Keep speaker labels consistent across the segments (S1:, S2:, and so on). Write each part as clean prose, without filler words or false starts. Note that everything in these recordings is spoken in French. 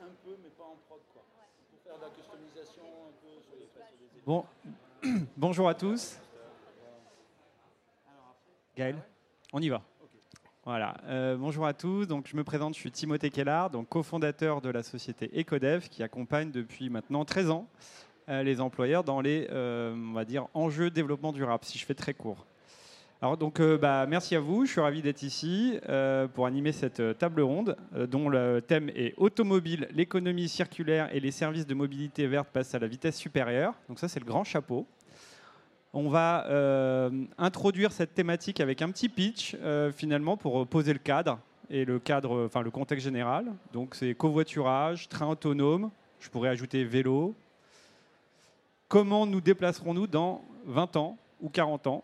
S1: un peu, mais pas en prod, quoi. Pour faire de la customisation un peu sur les faits, sur les éléments.
S2: Bon. Bonjour à tous. Gaël, on y va. Voilà. Bonjour à tous. Donc, je me présente, je suis Timothée Kellard, donc cofondateur de la société Ecodev qui accompagne depuis maintenant 13 ans les employeurs dans les on va dire, enjeux développement durable, si je fais très court. Alors, donc, merci à vous. Je suis ravi d'être ici pour animer cette table ronde dont le thème est automobile, l'économie circulaire et les services de mobilité verte passent à la vitesse supérieure. Donc ça, c'est le grand chapeau. On va introduire cette thématique avec un petit pitch, finalement, pour poser le cadre, et le contexte général. Donc, c'est covoiturage, train autonome, je pourrais ajouter vélo. Comment nous déplacerons-nous dans 20 ans ou 40 ans ?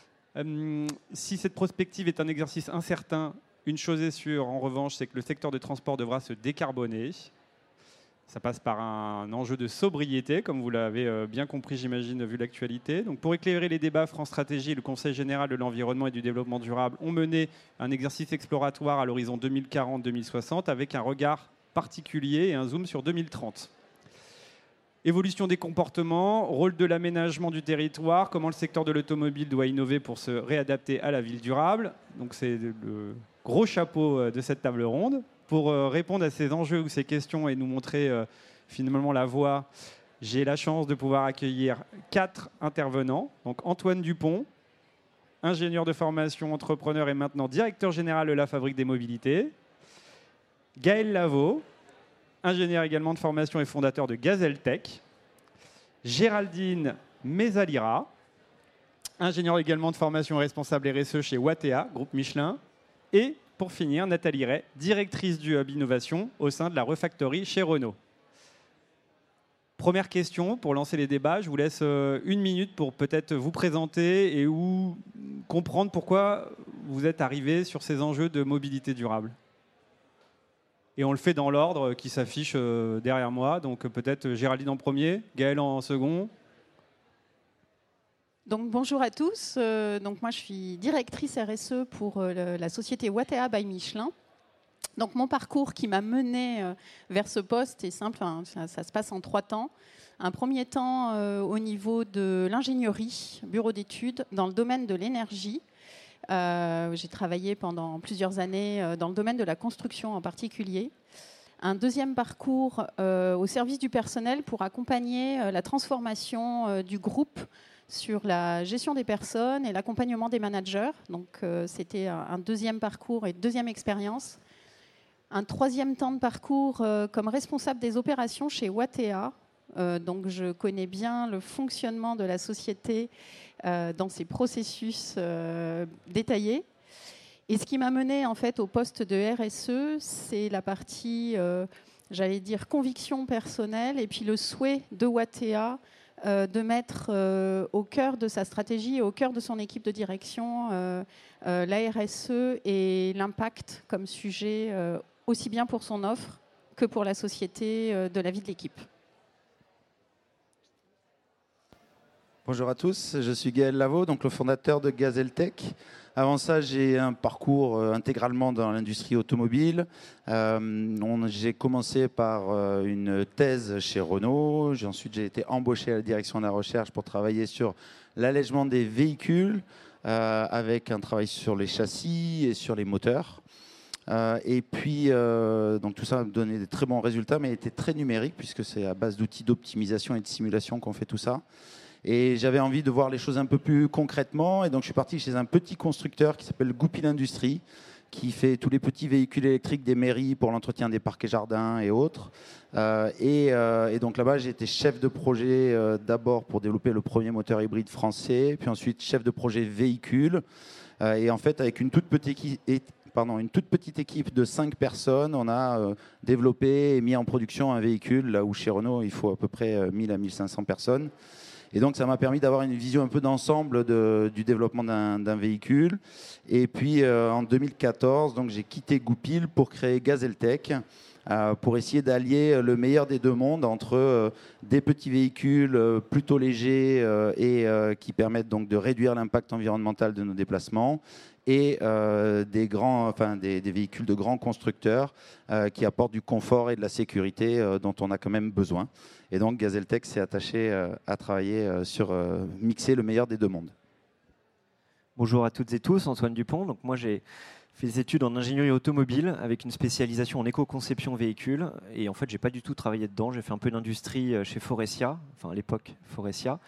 S2: Si cette prospective est un exercice incertain, une chose est sûre, en revanche, c'est que le secteur du transport devra se décarboner. Ça passe par un enjeu de sobriété, comme vous l'avez bien compris, j'imagine, vu l'actualité. Donc, pour éclairer les débats, France Stratégie et le Conseil général de l'environnement et du développement durable ont mené un exercice exploratoire à l'horizon 2040-2060 avec un regard particulier et un zoom sur 2030. Évolution des comportements, rôle de l'aménagement du territoire, comment le secteur de l'automobile doit innover pour se réadapter à la ville durable. Donc, c'est le gros chapeau de cette table ronde. Pour répondre à ces enjeux ou ces questions et nous montrer finalement la voie, j'ai la chance de pouvoir accueillir 4 intervenants. Donc Antoine Dupont, ingénieur de formation, entrepreneur et maintenant directeur général de la Fabrique des Mobilités. Gaël Lavaux, ingénieur également de formation et fondateur de Gazeltech. Géraldine Mesalira, ingénieur également de formation et responsable RSE chez Watèa, groupe Michelin. Et pour finir, Nathalie Ray, directrice du Hub Innovation au sein de la Refactory chez Renault. Première question, pour lancer les débats, je vous laisse 1 minute pour peut-être vous présenter et comprendre pourquoi vous êtes arrivé sur ces enjeux de mobilité durable. Et on le fait dans l'ordre qui s'affiche derrière moi. Donc peut-être Géraldine en premier, Gaël en second.
S3: Donc, bonjour à tous. Donc, moi, je suis directrice RSE pour la société Watèa by Michelin. Donc, mon parcours qui m'a mené vers ce poste est simple. Ça se passe en 3 temps. Un premier temps au niveau de l'ingénierie, bureau d'études, dans le domaine de l'énergie. J'ai travaillé pendant plusieurs années dans le domaine de la construction en particulier. Un deuxième parcours au service du personnel pour accompagner la transformation du groupe sur la gestion des personnes et l'accompagnement des managers. Donc, c'était un deuxième parcours et deuxième expérience. Un troisième temps de parcours comme responsable des opérations chez Watèa. Donc, je connais bien le fonctionnement de la société dans ses processus détaillés. Et ce qui m'a mené en fait au poste de RSE, c'est la partie, j'allais dire, conviction personnelle et puis le souhait de Watèa de mettre au cœur de sa stratégie et au cœur de son équipe de direction la RSE et l'impact comme sujet aussi bien pour son offre que pour la société de la vie de l'équipe.
S4: Bonjour à tous, je suis Gaël Lavaux, donc le fondateur de Gazeltech. Avant ça, j'ai un parcours intégralement dans l'industrie automobile. J'ai commencé par une thèse chez Renault. Ensuite, j'ai été embauché à la direction de la recherche pour travailler sur l'allègement des véhicules, avec un travail sur les châssis et sur les moteurs. Et puis, donc tout ça a donné des très bons résultats, mais était très numérique, puisque c'est à base d'outils d'optimisation et de simulation qu'on fait tout ça. Et j'avais envie de voir les choses un peu plus concrètement. Et donc, je suis parti chez un petit constructeur qui s'appelle Goupil Industries, qui fait tous les petits véhicules électriques des mairies pour l'entretien des parcs et jardins et autres. Et donc là-bas, j'ai été chef de projet d'abord pour développer le premier moteur hybride français, puis ensuite chef de projet véhicule. Et en fait, avec une toute petite équipe de 5 personnes, on a développé et mis en production un véhicule, là où chez Renault, il faut à peu près 1000 à 1500 personnes. Et donc, ça m'a permis d'avoir une vision un peu d'ensemble du développement d'un véhicule. Et puis, en 2014, donc, j'ai quitté Goupil pour créer Gazeltech, pour essayer d'allier le meilleur des deux mondes entre des petits véhicules plutôt légers et qui permettent donc de réduire l'impact environnemental de nos déplacements et des véhicules de grands constructeurs qui apportent du confort et de la sécurité dont on a quand même besoin. Et donc Gazeltech s'est attaché à travailler sur mixer le meilleur des deux mondes.
S5: Bonjour à toutes et tous, Antoine Dupont. Donc moi j'ai fait des études en ingénierie automobile avec une spécialisation en éco-conception véhicule. Et en fait, j'ai pas du tout travaillé dedans. J'ai fait un peu d'industrie chez Faurecia, enfin à l'époque Faurecia.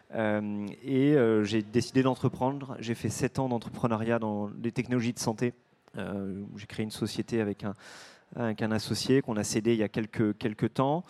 S5: J'ai décidé d'entreprendre. J'ai fait 7 ans d'entrepreneuriat dans les technologies de santé. J'ai créé une société avec un associé qu'on a cédé il y a quelques temps.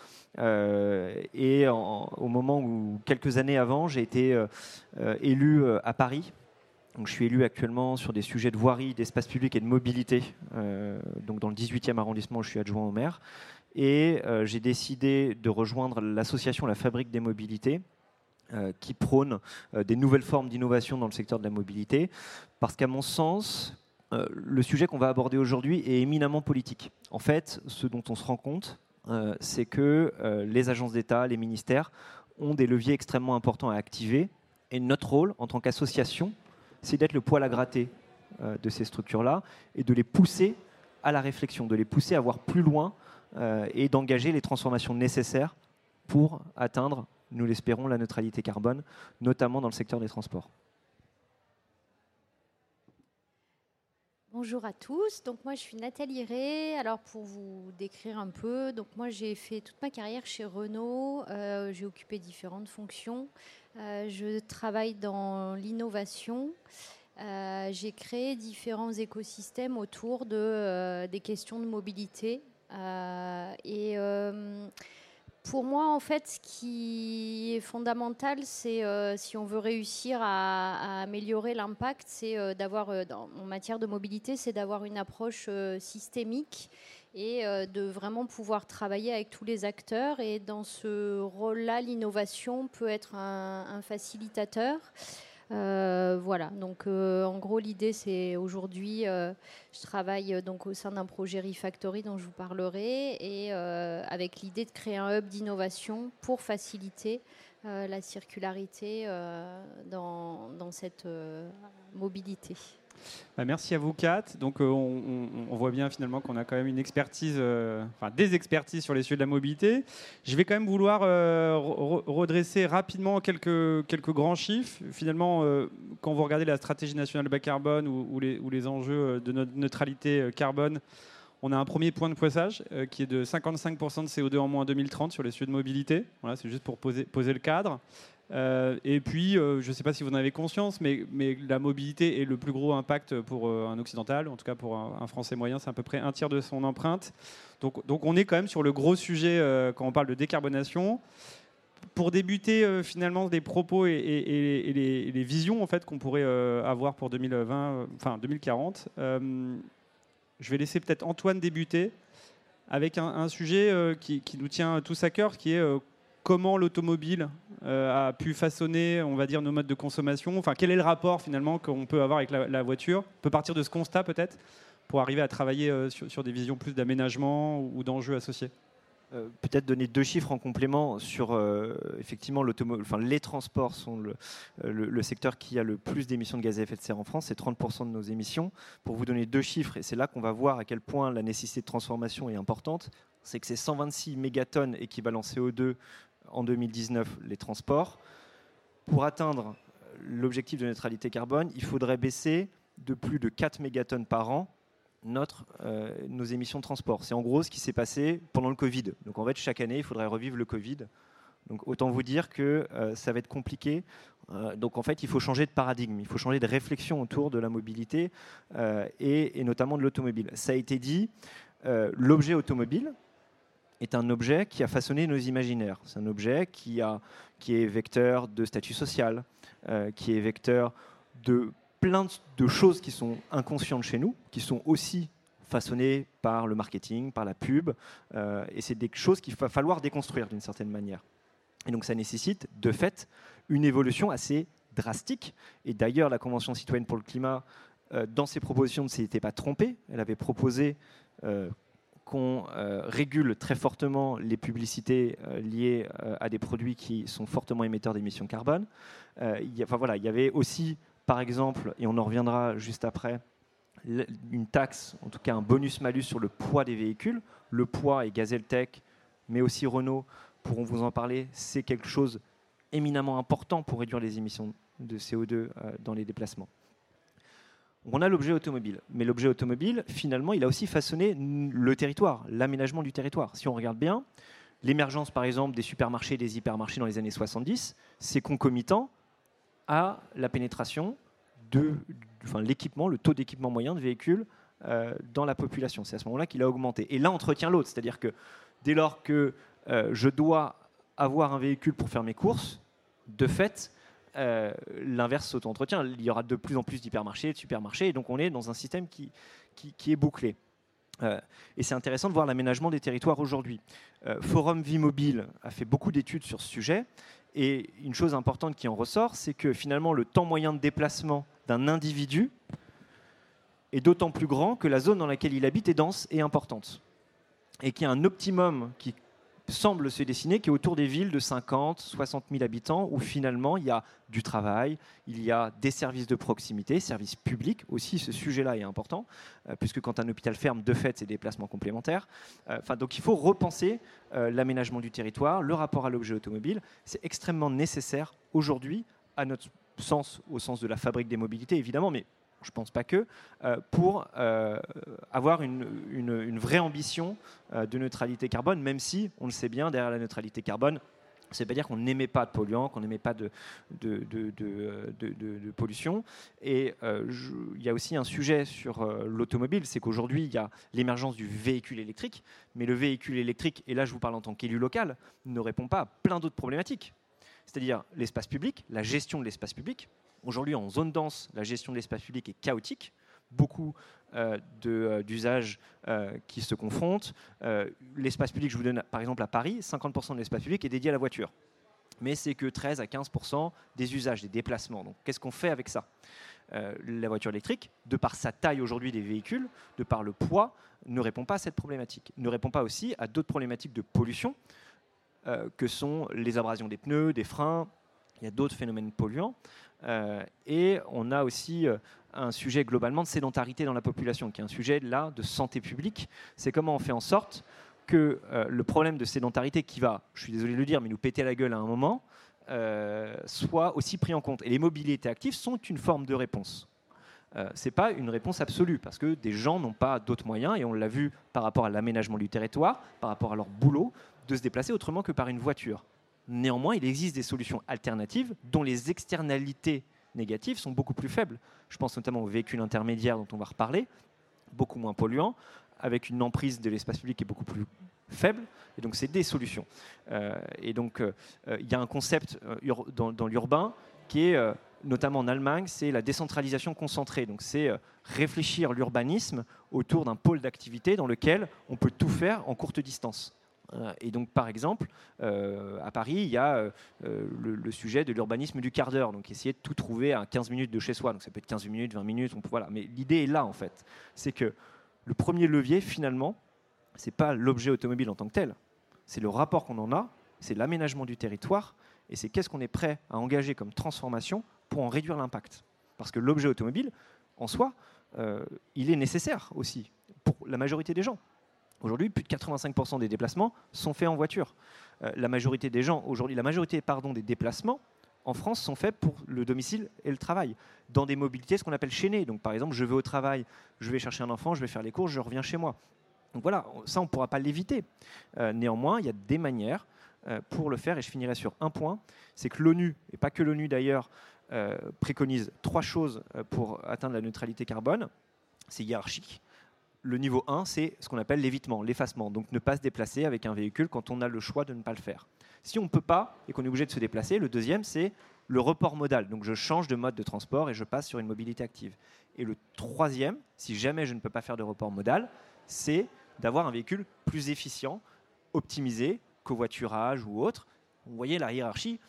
S5: Au moment où, quelques années avant, j'ai été élu à Paris. Donc, je suis élu actuellement sur des sujets de voirie, d'espace public et de mobilité. Donc dans le 18e arrondissement, je suis adjoint au maire. Et j'ai décidé de rejoindre l'association La Fabrique des Mobilités, qui prône des nouvelles formes d'innovation dans le secteur de la mobilité. Parce qu'à mon sens, le sujet qu'on va aborder aujourd'hui est éminemment politique. En fait, ce dont on se rend compte, c'est que les agences d'État, les ministères, ont des leviers extrêmement importants à activer. Et notre rôle, en tant qu'association, c'est d'être le poil à gratter de ces structures-là et de les pousser à la réflexion, de les pousser à voir plus loin et d'engager les transformations nécessaires pour atteindre, nous l'espérons, la neutralité carbone, notamment dans le secteur des transports.
S6: Bonjour à tous, donc moi je suis Nathalie Rey. Alors pour vous décrire un peu, donc moi j'ai fait toute ma carrière chez Renault, j'ai occupé différentes fonctions. Je travaille dans l'innovation. J'ai créé différents écosystèmes autour des questions de mobilité. Pour moi, en fait, ce qui est fondamental, c'est si on veut réussir à améliorer l'impact, c'est d'avoir, en matière de mobilité, c'est d'avoir une approche systémique et de vraiment pouvoir travailler avec tous les acteurs. Et dans ce rôle-là, l'innovation peut être un facilitateur. Voilà, donc en gros l'idée c'est aujourd'hui je travaille donc au sein d'un projet Refactory dont je vous parlerai et avec l'idée de créer un hub d'innovation pour faciliter la circularité dans cette mobilité.
S2: Merci à vous quatre. Donc on voit bien finalement qu'on a quand même une expertise, des expertises sur les sujets de la mobilité. Je vais quand même vouloir redresser rapidement quelques grands chiffres. Finalement, quand vous regardez la stratégie nationale bas carbone ou les enjeux de notre neutralité carbone, on a un premier point de poissage qui est de 55% de CO2 en moins en 2030 sur les sujets de mobilité. Voilà, c'est juste pour poser le cadre. Et puis, je ne sais pas si vous en avez conscience, mais la mobilité est le plus gros impact pour un occidental, en tout cas pour un Français moyen, c'est à peu près un tiers de son empreinte. Donc on est quand même sur le gros sujet quand on parle de décarbonation. Pour débuter finalement des propos et les visions en fait, qu'on pourrait avoir pour 2040, je vais laisser peut-être Antoine débuter avec un sujet qui nous tient tous à cœur, qui est comment l'automobile a pu façonner, on va dire, nos modes de consommation. Enfin, quel est le rapport finalement qu'on peut avoir avec la voiture ? On peut partir de ce constat peut-être pour arriver à travailler sur des visions plus d'aménagement ou d'enjeux associés.
S5: Peut-être donner 2 chiffres en complément sur effectivement les transports sont le secteur qui a le plus d'émissions de gaz à effet de serre en France, c'est 30% de nos émissions. Pour vous donner 2 chiffres, et c'est là qu'on va voir à quel point la nécessité de transformation est importante, c'est que c'est 126 mégatonnes équivalent CO2 en 2019 les transports. Pour atteindre l'objectif de neutralité carbone, il faudrait baisser de plus de 4 mégatonnes par an nos émissions de transport. C'est en gros ce qui s'est passé pendant le Covid. Donc en fait, chaque année, il faudrait revivre le Covid. Donc autant vous dire que ça va être compliqué. Donc en fait, il faut changer de paradigme, il faut changer de réflexion autour de la mobilité et notamment de l'automobile. Ça a été dit, l'objet automobile est un objet qui a façonné nos imaginaires. C'est un objet qui est vecteur de statut social, qui est vecteur de plein de choses qui sont inconscientes chez nous, qui sont aussi façonnées par le marketing, par la pub, et c'est des choses qu'il va falloir déconstruire d'une certaine manière. Et donc ça nécessite, de fait, une évolution assez drastique. Et d'ailleurs, la Convention citoyenne pour le climat, dans ses propositions, ne s'était pas trompée. Elle avait proposé qu'on régule très fortement les publicités liées à des produits qui sont fortement émetteurs d'émissions de carbone. Il y avait aussi, par exemple, et on en reviendra juste après, une taxe, en tout cas un bonus-malus sur le poids des véhicules. Le poids, et Gazeltech, mais aussi Renault pourront vous en parler, c'est quelque chose éminemment important pour réduire les émissions de CO2 dans les déplacements. On a l'objet automobile, mais l'objet automobile, finalement, il a aussi façonné le territoire, l'aménagement du territoire. Si on regarde bien, l'émergence, par exemple, des supermarchés et des hypermarchés dans les années 70, c'est concomitant à la pénétration l'équipement, le taux d'équipement moyen de véhicules dans la population. C'est à ce moment-là qu'il a augmenté. Et l'un entretient l'autre, c'est-à-dire que dès lors que je dois avoir un véhicule pour faire mes courses, de fait, l'inverse s'auto-entretient. Il y aura de plus en plus d'hypermarchés, de supermarchés, et donc on est dans un système qui est bouclé. Et c'est intéressant de voir l'aménagement des territoires aujourd'hui. Forum Vie Mobile a fait beaucoup d'études sur ce sujet, et une chose importante qui en ressort, c'est que finalement le temps moyen de déplacement d'un individu est d'autant plus grand que la zone dans laquelle il habite est dense et importante. Et qu'il y a un optimum qui semble se dessiner, qui est autour des villes de 50, 60 000 habitants, où finalement il y a du travail, il y a des services de proximité, services publics aussi, ce sujet-là est important, puisque quand un hôpital ferme, de fait, c'est des déplacements complémentaires. Donc il faut repenser l'aménagement du territoire, le rapport à l'objet automobile. C'est extrêmement nécessaire aujourd'hui, à notre sens, au sens de la fabrique des mobilités, évidemment, mais je ne pense pas que, pour avoir une vraie ambition de neutralité carbone, même si, on le sait bien, derrière la neutralité carbone, ça ne veut pas dire qu'on n'émet pas de polluants, qu'on n'émet pas de pollution. Et il y a aussi un sujet sur l'automobile, c'est qu'aujourd'hui, il y a l'émergence du véhicule électrique, mais le véhicule électrique, et là je vous parle en tant qu'élu local, ne répond pas à plein d'autres problématiques. C'est-à-dire l'espace public, la gestion de l'espace public. Aujourd'hui, en zone dense, la gestion de l'espace public est chaotique. Beaucoup d'usages qui se confrontent. L'espace public, je vous donne par exemple à Paris, 50% de l'espace public est dédié à la voiture. Mais c'est que 13 à 15% des usages, des déplacements. Donc qu'est-ce qu'on fait avec ça ? La voiture électrique, de par sa taille aujourd'hui des véhicules, de par le poids, ne répond pas à cette problématique. Ne répond pas aussi à d'autres problématiques de pollution, que sont les abrasions des pneus, des freins. Il y a d'autres phénomènes polluants. Et on a aussi un sujet globalement de sédentarité dans la population, qui est un sujet là de santé publique. C'est comment on fait en sorte que le problème de sédentarité qui va, je suis désolé de le dire, mais nous péter la gueule à un moment, soit aussi pris en compte. Et les mobilités actives sont une forme de réponse. Ce n'est pas une réponse absolue, parce que des gens n'ont pas d'autres moyens, et on l'a vu par rapport à l'aménagement du territoire, par rapport à leur boulot, de se déplacer autrement que par une voiture. Néanmoins, il existe des solutions alternatives dont les externalités négatives sont beaucoup plus faibles. Je pense notamment aux véhicules intermédiaires dont on va reparler, beaucoup moins polluants, avec une emprise de l'espace public qui est beaucoup plus faible. Et donc, c'est des solutions. Il y a un concept dans l'urbain qui est, notamment en Allemagne, c'est la décentralisation concentrée. Donc, c'est réfléchir l'urbanisme autour d'un pôle d'activité dans lequel on peut tout faire en courte distance. Et donc, par exemple, à Paris, il y a le sujet de l'urbanisme du quart d'heure, donc essayer de tout trouver à 15 minutes de chez soi. Donc ça peut être 15 minutes, 20 minutes, voilà. Mais l'idée est là, en fait. C'est que le premier levier, finalement, ce n'est pas l'objet automobile en tant que tel. C'est le rapport qu'on en a, c'est l'aménagement du territoire, et c'est qu'est-ce qu'on est prêt à engager comme transformation pour en réduire l'impact. Parce que l'objet automobile, en soi, il est nécessaire aussi pour la majorité des gens. Aujourd'hui, plus de 85% des déplacements sont faits en voiture. La majorité des déplacements en France sont faits pour le domicile et le travail, dans des mobilités, ce qu'on appelle chaînées. Donc, par exemple, je vais au travail, je vais chercher un enfant, je vais faire les courses, je reviens chez moi. Donc voilà, ça, on ne pourra pas l'éviter. Néanmoins, il y a des manières pour le faire, et je finirai sur un point, c'est que l'ONU, et pas que l'ONU d'ailleurs, préconise 3 choses pour atteindre la neutralité carbone. C'est hiérarchique. Le niveau 1, c'est ce qu'on appelle l'évitement, l'effacement. Donc ne pas se déplacer avec un véhicule quand on a le choix de ne pas le faire. Si on ne peut pas et qu'on est obligé de se déplacer, le deuxième, c'est le report modal. Donc je change de mode de transport et je passe sur une mobilité active. Et le troisième, si jamais je ne peux pas faire de report modal, c'est d'avoir un véhicule plus efficient, optimisé, covoiturage ou autre. Vous voyez la hiérarchie.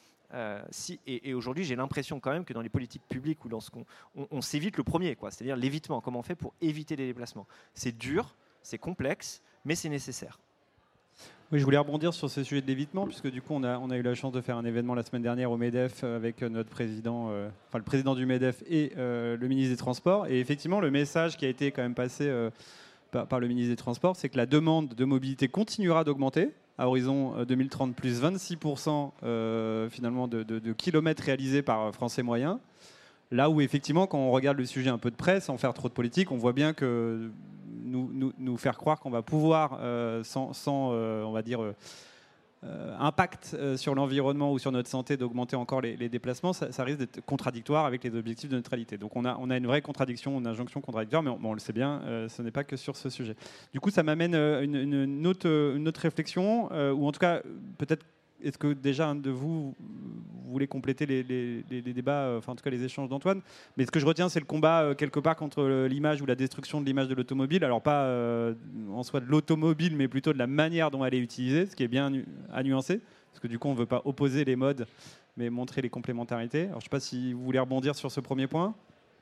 S5: Et aujourd'hui, j'ai l'impression quand même que dans les politiques publiques ou dans ce on s'évite le premier, c'est-à-dire l'évitement. Comment on fait pour éviter les déplacements ? C'est dur, c'est complexe, mais c'est nécessaire.
S2: Oui, je voulais rebondir sur ce sujet de l'évitement, puisque du coup, on a eu la chance de faire un événement la semaine dernière au MEDEF avec notre président, le président du MEDEF et le ministre des Transports. Et effectivement, le message qui a été quand même passé par le ministre des Transports, c'est que la demande de mobilité continuera d'augmenter à horizon 2030, plus 26% finalement de kilomètres réalisés par Français moyens. Là où effectivement, quand on regarde le sujet un peu de près, sans faire trop de politique, on voit bien que nous faire croire qu'on va pouvoir, sans on va dire, impact sur l'environnement ou sur notre santé, d'augmenter encore les déplacements, ça risque d'être contradictoire avec les objectifs de neutralité. Donc on a une vraie contradiction, une injonction contradictoire, mais on le sait bien, ce n'est pas que sur ce sujet. Du coup, ça m'amène une autre réflexion, ou en tout cas, peut-être, est-ce que déjà un de vous voulez compléter les débats, enfin en tout cas les échanges d'Antoine, mais ce que je retiens, c'est le combat quelque part contre l'image ou la destruction de l'image de l'automobile, alors pas en soi de l'automobile, mais plutôt de la manière dont elle est utilisée, ce qui est bien à nuancer, parce que du coup on ne veut pas opposer les modes, mais montrer les complémentarités. Alors je ne sais pas si vous voulez rebondir sur ce premier point.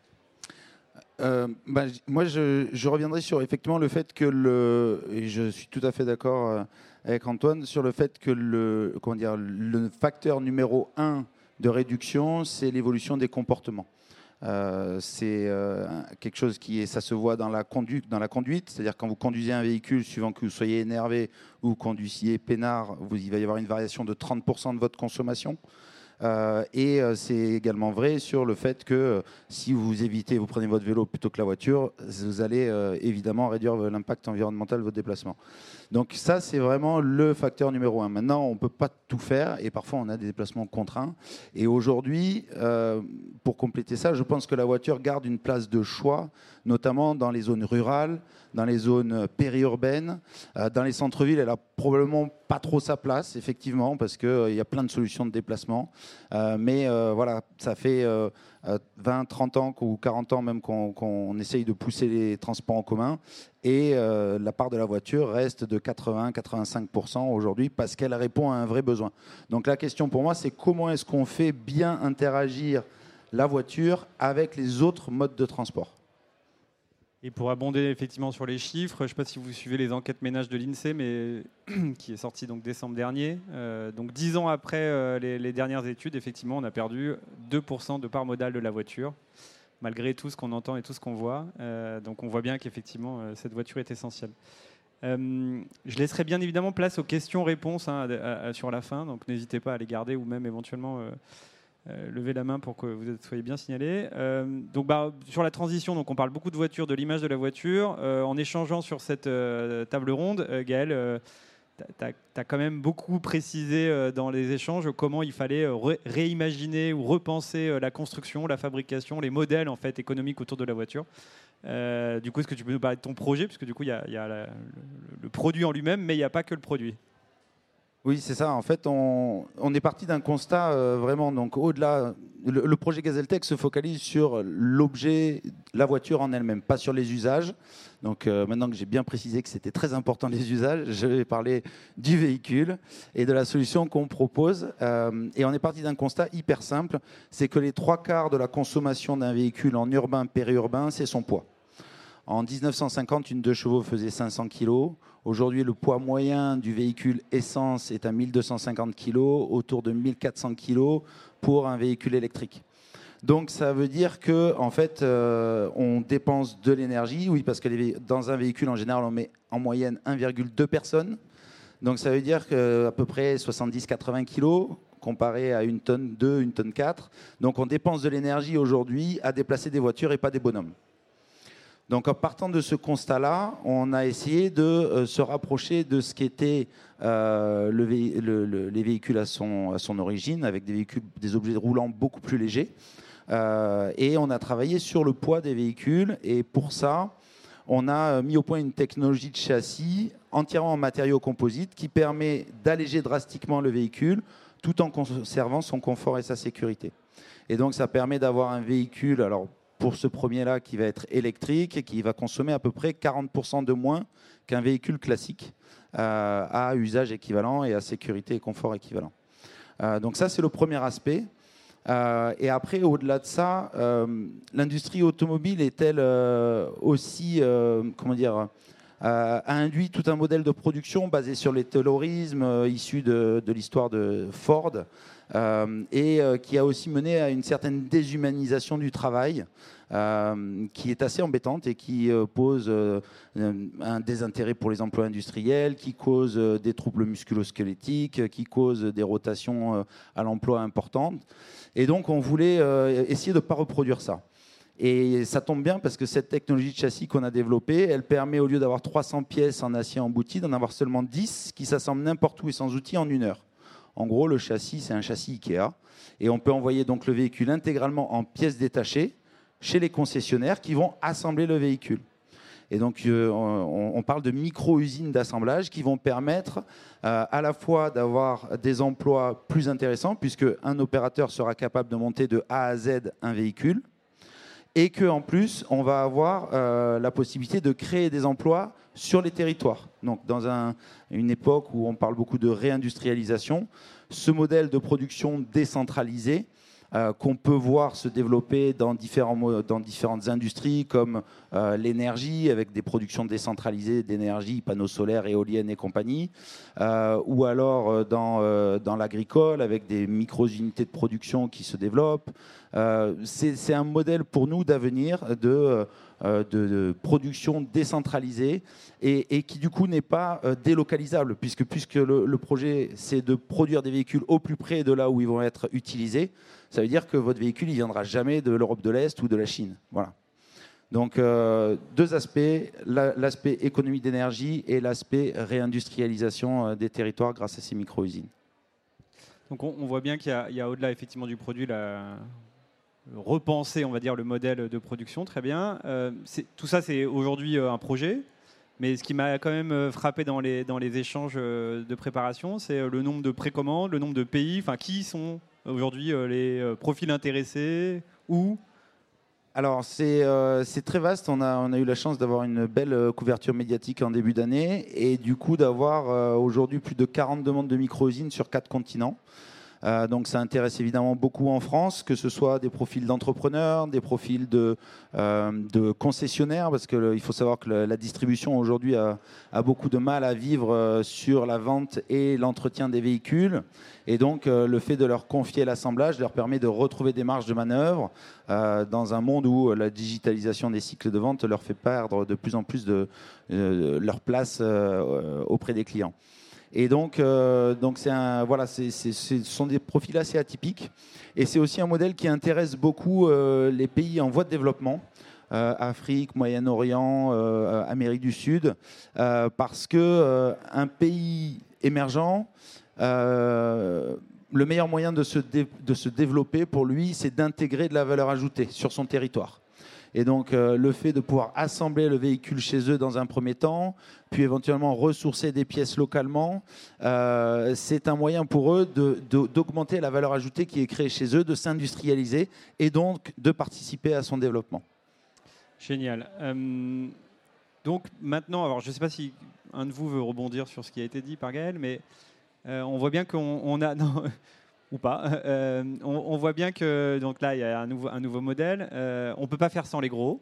S4: Moi, je reviendrai sur effectivement le fait que et je suis tout à fait d'accord avec Antoine sur le fait que le facteur numéro 1 de réduction, c'est l'évolution des comportements. C'est quelque chose ça se voit dans la conduite, c'est-à-dire quand vous conduisez un véhicule, suivant que vous soyez énervé ou conduisiez peinard, il va y avoir une variation de 30% de votre consommation. Et c'est également vrai sur le fait que si vous prenez votre vélo plutôt que la voiture, vous allez évidemment réduire l'impact environnemental de votre déplacement. Donc ça, c'est vraiment le facteur numéro 1. Maintenant, on ne peut pas tout faire et parfois on a des déplacements contraints. Et aujourd'hui, pour compléter ça, je pense que la voiture garde une place de choix, notamment dans les zones rurales, dans les zones périurbaines. Dans les centres-villes, elle n'a probablement pas trop sa place, effectivement, parce qu'il y a plein de solutions de déplacement. Mais voilà, ça fait 20, 30 ans ou 40 ans même qu'on essaye de pousser les transports en commun. Et la part de la voiture reste de 80-85% aujourd'hui parce qu'elle répond à un vrai besoin. Donc la question pour moi, c'est comment est-ce qu'on fait bien interagir la voiture avec les autres modes de transport.
S2: Et pour abonder effectivement sur les chiffres, je ne sais pas si vous suivez les enquêtes ménages de l'INSEE, mais qui est sorti donc décembre dernier. Donc 10 ans après les dernières études, effectivement, on a perdu 2% de part modale de la voiture, malgré tout ce qu'on entend et tout ce qu'on voit. Donc on voit bien qu'effectivement, cette voiture est essentielle. Je laisserai bien évidemment place aux questions-réponses sur la fin, donc n'hésitez pas à les garder ou même éventuellement... levez la main pour que vous soyez bien signalés. Donc, sur la transition, donc, on parle beaucoup de voitures, de l'image de la voiture. En échangeant sur cette table ronde, Gaël, tu as quand même beaucoup précisé dans les échanges comment il fallait réimaginer ou repenser la construction, la fabrication, les modèles en fait, économiques autour de la voiture. Du coup, est-ce que tu peux nous parler de ton projet? Puisque du coup, il y a le produit en lui-même, mais il n'y a pas que le produit.
S4: Oui, c'est ça. En fait, on est parti d'un constat vraiment. Donc, au-delà, le projet GazelTech se focalise sur l'objet, la voiture en elle-même, pas sur les usages. Donc, maintenant que j'ai bien précisé que c'était très important les usages, je vais parler du véhicule et de la solution qu'on propose. Et on est parti d'un constat hyper simple, c'est que les 3/4 de la consommation d'un véhicule en urbain, périurbain, c'est son poids. En 1950, une 2 chevaux faisait 500 kg. Aujourd'hui, le poids moyen du véhicule essence est à 1250 kg, autour de 1400 kg pour un véhicule électrique. Donc, ça veut dire qu'en fait, on dépense de l'énergie. Oui, parce que dans un véhicule, en général, on met en moyenne 1,2 personnes. Donc, ça veut dire qu'à peu près 70-80 kg comparé à 1 tonne 2, 1 tonne 4. Donc, on dépense de l'énergie aujourd'hui à déplacer des voitures et pas des bonhommes. Donc, en partant de ce constat-là, on a essayé de se rapprocher de ce qu'étaient les véhicules à son origine, avec des objets roulants beaucoup plus légers. Et on a travaillé sur le poids des véhicules. Et pour ça, on a mis au point une technologie de châssis entièrement en matériaux composites qui permet d'alléger drastiquement le véhicule tout en conservant son confort et sa sécurité. Et donc, ça permet d'avoir un véhicule... Alors, pour ce premier-là qui va être électrique et qui va consommer à peu près 40% de moins qu'un véhicule classique à usage équivalent et à sécurité et confort équivalent. Donc ça, c'est le premier aspect. Et après, au-delà de ça, l'industrie automobile est-elle aussi a induit tout un modèle de production basé sur les taylorismes issus de l'histoire de Ford et qui a aussi mené à une certaine déshumanisation du travail qui est assez embêtante et qui pose un désintérêt pour les emplois industriels, qui cause des troubles musculo-squelettiques, qui cause des rotations à l'emploi importantes. Et donc on voulait essayer de ne pas reproduire ça. Et ça tombe bien parce que cette technologie de châssis qu'on a développée, elle permet, au lieu d'avoir 300 pièces en acier embouti, d'en avoir seulement 10 qui s'assemblent n'importe où et sans outil en 1 heure. En gros, le châssis, c'est un châssis Ikea. Et on peut envoyer donc le véhicule intégralement en pièces détachées chez les concessionnaires qui vont assembler le véhicule. Et donc, on parle de micro-usines d'assemblage qui vont permettre à la fois d'avoir des emplois plus intéressants, puisque un opérateur sera capable de monter de A à Z un véhicule, et qu'en plus, on va avoir la possibilité de créer des emplois sur les territoires. Donc, dans une époque où on parle beaucoup de réindustrialisation, ce modèle de production décentralisée qu'on peut voir se développer dans différentes industries comme l'énergie, avec des productions décentralisées d'énergie, panneaux solaires, éoliennes et compagnie, ou alors dans l'agricole, avec des micro-unités de production qui se développent. C'est un modèle pour nous d'avenir de production décentralisée et qui du coup n'est pas délocalisable, puisque le projet c'est de produire des véhicules au plus près de là où ils vont être utilisés. Ça veut dire que votre véhicule il viendra jamais de l'Europe de l'Est ou de la Chine. Voilà. Donc 2 aspects, l'aspect économie d'énergie et l'aspect réindustrialisation des territoires grâce à ces micro-usines.
S2: Donc on voit bien qu'il y a au-delà effectivement du produit repenser, on va dire, le modèle de production, très bien. Tout ça, c'est aujourd'hui un projet, mais ce qui m'a quand même frappé dans les échanges de préparation, c'est le nombre de précommandes, le nombre de pays, enfin, qui sont aujourd'hui les profils intéressés, où ?
S4: Alors, c'est très vaste. On a eu la chance d'avoir une belle couverture médiatique en début d'année et du coup d'avoir aujourd'hui plus de 40 demandes de micro-usines sur 4 continents. Donc ça intéresse évidemment beaucoup en France, que ce soit des profils d'entrepreneurs, des profils de concessionnaires, parce qu'il faut savoir que la distribution aujourd'hui a beaucoup de mal à vivre sur la vente et l'entretien des véhicules. Et donc le fait de leur confier l'assemblage leur permet de retrouver des marges de manœuvre dans un monde où la digitalisation des cycles de vente leur fait perdre de plus en plus de leur place auprès des clients. Et donc ce sont des profils assez atypiques. Et c'est aussi un modèle qui intéresse beaucoup les pays en voie de développement, Afrique, Moyen-Orient, Amérique du Sud, parce qu'un pays émergent, le meilleur moyen de se développer pour lui, c'est d'intégrer de la valeur ajoutée sur son territoire. Et donc, le fait de pouvoir assembler le véhicule chez eux dans un premier temps, puis éventuellement ressourcer des pièces localement, c'est un moyen pour eux d'augmenter la valeur ajoutée qui est créée chez eux, de s'industrialiser et donc de participer à son développement.
S2: Génial. Donc maintenant, alors je ne sais pas si un de vous veut rebondir sur ce qui a été dit par Gaël, mais on voit bien qu'on a... Non, ou pas. On voit bien que donc là, il y a un nouveau modèle. On ne peut pas faire sans les gros.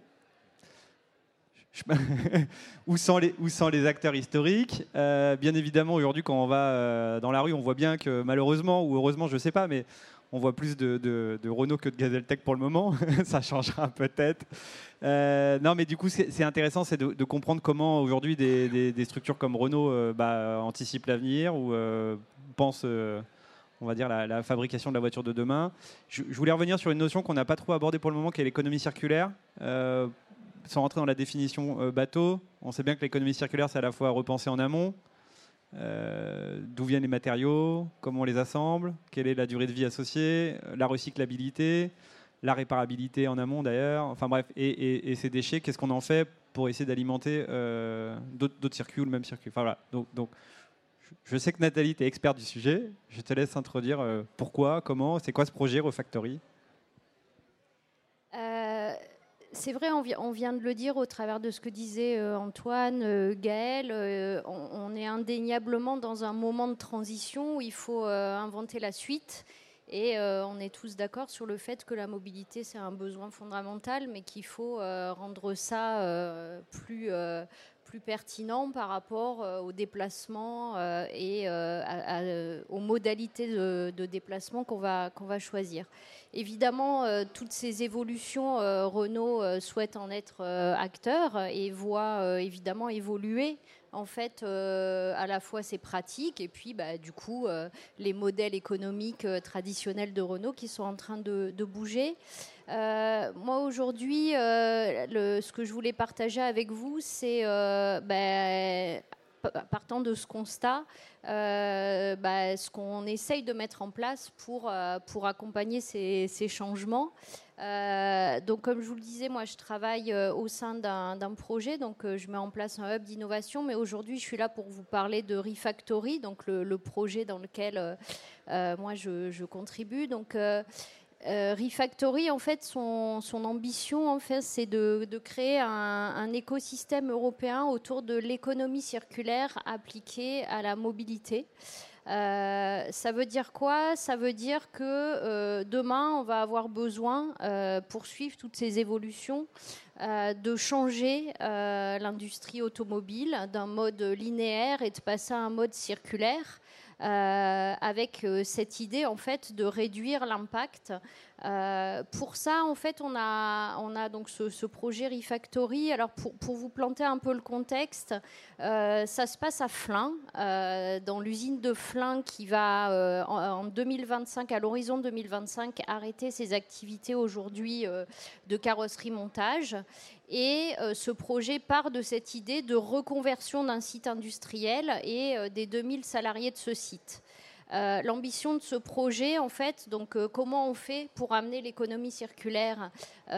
S2: ou sans les acteurs historiques. Bien évidemment, aujourd'hui, quand on va dans la rue, on voit bien que malheureusement, ou heureusement, je ne sais pas, mais on voit plus de Renault que de Gazeltech pour le moment. Ça changera peut-être. Non, mais du coup, c'est intéressant, c'est de comprendre comment aujourd'hui des structures comme Renault anticipent l'avenir ou pensent... on va dire la fabrication de la voiture de demain. Je voulais revenir sur une notion qu'on n'a pas trop abordée pour le moment, qui est l'économie circulaire. Sans rentrer dans la définition bateau, on sait bien que l'économie circulaire, c'est à la fois repenser en amont, d'où viennent les matériaux, comment on les assemble, quelle est la durée de vie associée, la recyclabilité, la réparabilité en amont d'ailleurs, enfin bref, et ces déchets, qu'est-ce qu'on en fait pour essayer d'alimenter d'autres circuits ou le même circuit. Enfin voilà, donc je sais que Nathalie, tu es experte du sujet. Je te laisse introduire pourquoi, comment, c'est quoi ce projet Refactory ?
S6: C'est vrai, on vient de le dire au travers de ce que disait Antoine, Gaël. On est indéniablement dans un moment de transition où il faut inventer la suite. Et on est tous d'accord sur le fait que la mobilité, c'est un besoin fondamental, mais qu'il faut rendre ça plus pertinent par rapport aux déplacements et aux modalités de déplacement qu'on va choisir. Évidemment, toutes ces évolutions, Renault souhaite en être acteur et voit évidemment évoluer en fait à la fois ces pratiques et puis du coup les modèles économiques traditionnels de Renault qui sont en train de bouger. Moi aujourd'hui, ce que je voulais partager avec vous, c'est partant de ce constat, ce qu'on essaye de mettre en place pour accompagner ces changements. Donc, comme je vous le disais, moi, je travaille au sein d'un projet. Donc, je mets en place un hub d'innovation. Mais aujourd'hui, je suis là pour vous parler de Refactory, donc le projet dans lequel moi, je contribue. Donc, Refactory, en fait, son ambition, en fait, c'est de créer un écosystème européen autour de l'économie circulaire appliquée à la mobilité. Ça veut dire quoi? Ça veut dire que demain, on va avoir besoin, pour suivre toutes ces évolutions, de changer l'industrie automobile d'un mode linéaire et de passer à un mode circulaire. Avec cette idée en fait de réduire l'impact. Pour ça, en fait, on a donc ce projet Refactory. Alors pour vous planter un peu le contexte, ça se passe à Flins, dans l'usine de Flins qui va en 2025, à l'horizon 2025, arrêter ses activités aujourd'hui de carrosserie montage. Et ce projet part de cette idée de reconversion d'un site industriel et des 2000 salariés de ce site. L'ambition de ce projet, en fait, donc comment on fait pour amener l'économie circulaire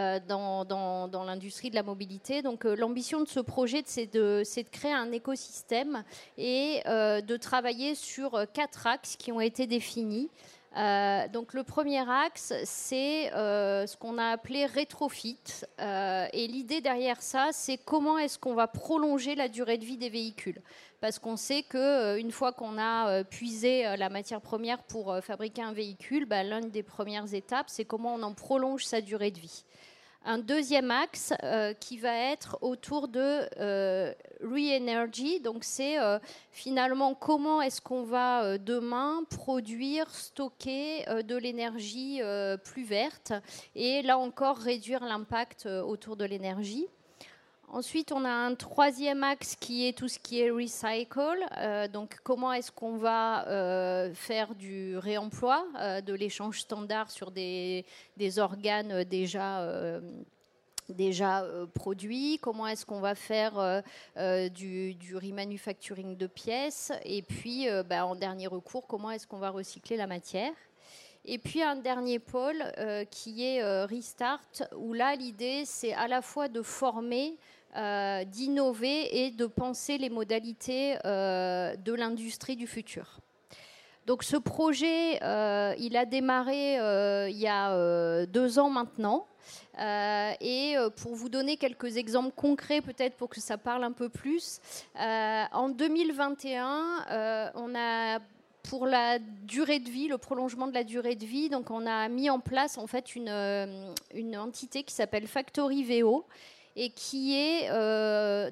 S6: dans l'industrie de la mobilité. Donc l'ambition de ce projet, c'est de créer un écosystème et de travailler sur 4 axes qui ont été définis. Donc le premier axe, c'est ce qu'on a appelé rétrofit. Et l'idée derrière ça, c'est comment est-ce qu'on va prolonger la durée de vie des véhicules. Parce qu'on sait qu'une fois qu'on a puisé la matière première pour fabriquer un véhicule, l'une des premières étapes, c'est comment on en prolonge sa durée de vie. Un deuxième axe qui va être autour de re-energy, donc c'est finalement comment est-ce qu'on va demain produire, stocker de l'énergie plus verte et là encore réduire l'impact autour de l'énergie. Ensuite, on a un troisième axe qui est tout ce qui est recycle. Donc, comment est-ce qu'on va faire du réemploi, de l'échange standard sur des organes déjà produits? Comment est-ce qu'on va faire du remanufacturing de pièces? Et puis, en dernier recours, comment est-ce qu'on va recycler la matière? Et puis un dernier pôle qui est Restart, où là, l'idée, c'est à la fois de former, d'innover et de penser les modalités de l'industrie du futur. Donc ce projet, il a démarré il y a 2 ans maintenant. Et pour vous donner quelques exemples concrets, peut-être pour que ça parle un peu plus, en 2021, on a pour la durée de vie, le prolongement de la durée de vie, donc on a mis en place en fait une entité qui s'appelle Factory VO et qui est un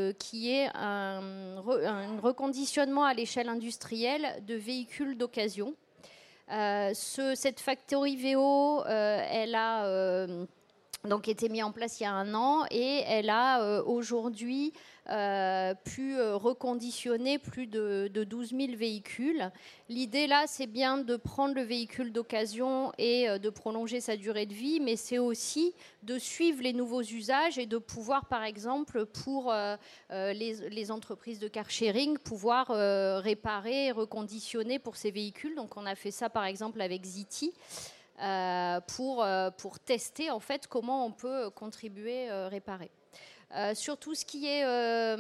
S6: reconditionnement à l'échelle industrielle de véhicules d'occasion. Cette Factory VO, elle a donc été mise en place il y a 1 an et elle a aujourd'hui pu reconditionner plus de 12 000 véhicules. L'idée là, c'est bien de prendre le véhicule d'occasion et de prolonger sa durée de vie, mais c'est aussi de suivre les nouveaux usages et de pouvoir, par exemple, pour les entreprises de car sharing, pouvoir réparer et reconditionner pour ces véhicules. Donc on a fait ça, par exemple, avec Zity. Pour tester en fait comment on peut contribuer réparer. Sur tout ce qui est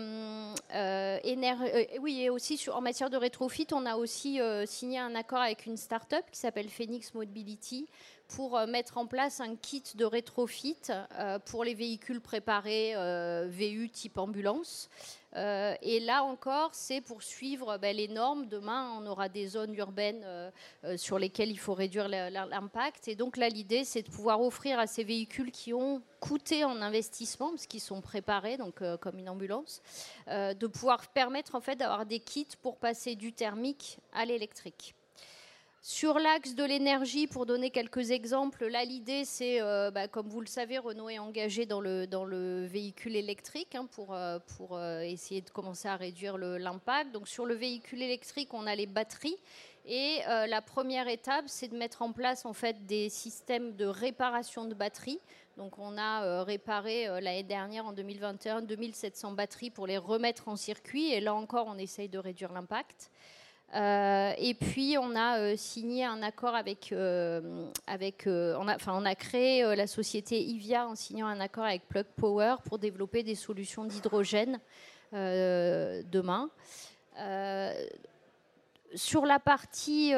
S6: et aussi en matière de rétrofit, on a aussi signé un accord avec une start-up qui s'appelle Phoenix Mobility pour mettre en place un kit de rétrofit pour les véhicules préparés VU type ambulance. Et là encore, c'est pour suivre les normes. Demain, on aura des zones urbaines sur lesquelles il faut réduire l'impact. Et donc là, l'idée, c'est de pouvoir offrir à ces véhicules qui ont coûté en investissement, parce qu'ils sont préparé, donc comme une ambulance, de pouvoir permettre en fait d'avoir des kits pour passer du thermique à l'électrique. Sur l'axe de l'énergie, pour donner quelques exemples, là l'idée c'est, comme vous le savez, Renault est engagé dans le véhicule électrique pour essayer de commencer à réduire l'impact. Donc sur le véhicule électrique, on a les batteries et la première étape c'est de mettre en place en fait des systèmes de réparation de batteries. Donc on a réparé l'année dernière en 2021 2700 batteries pour les remettre en circuit et là encore on essaye de réduire l'impact. Et puis on a signé un accord on a créé la société IVIA en signant un accord avec Plug Power pour développer des solutions d'hydrogène demain. Sur la partie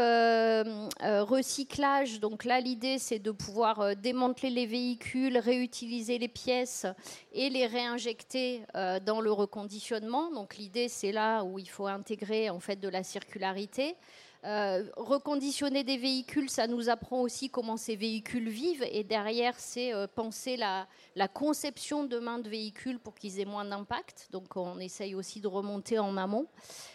S6: recyclage, donc là l'idée c'est de pouvoir démanteler les véhicules, réutiliser les pièces et les réinjecter dans le reconditionnement. Donc l'idée c'est là où il faut intégrer en fait de la circularité. Reconditionner des véhicules, ça nous apprend aussi comment ces véhicules vivent et derrière c'est penser la conception demain de véhicules pour qu'ils aient moins d'impact. Donc on essaye aussi de remonter en amont.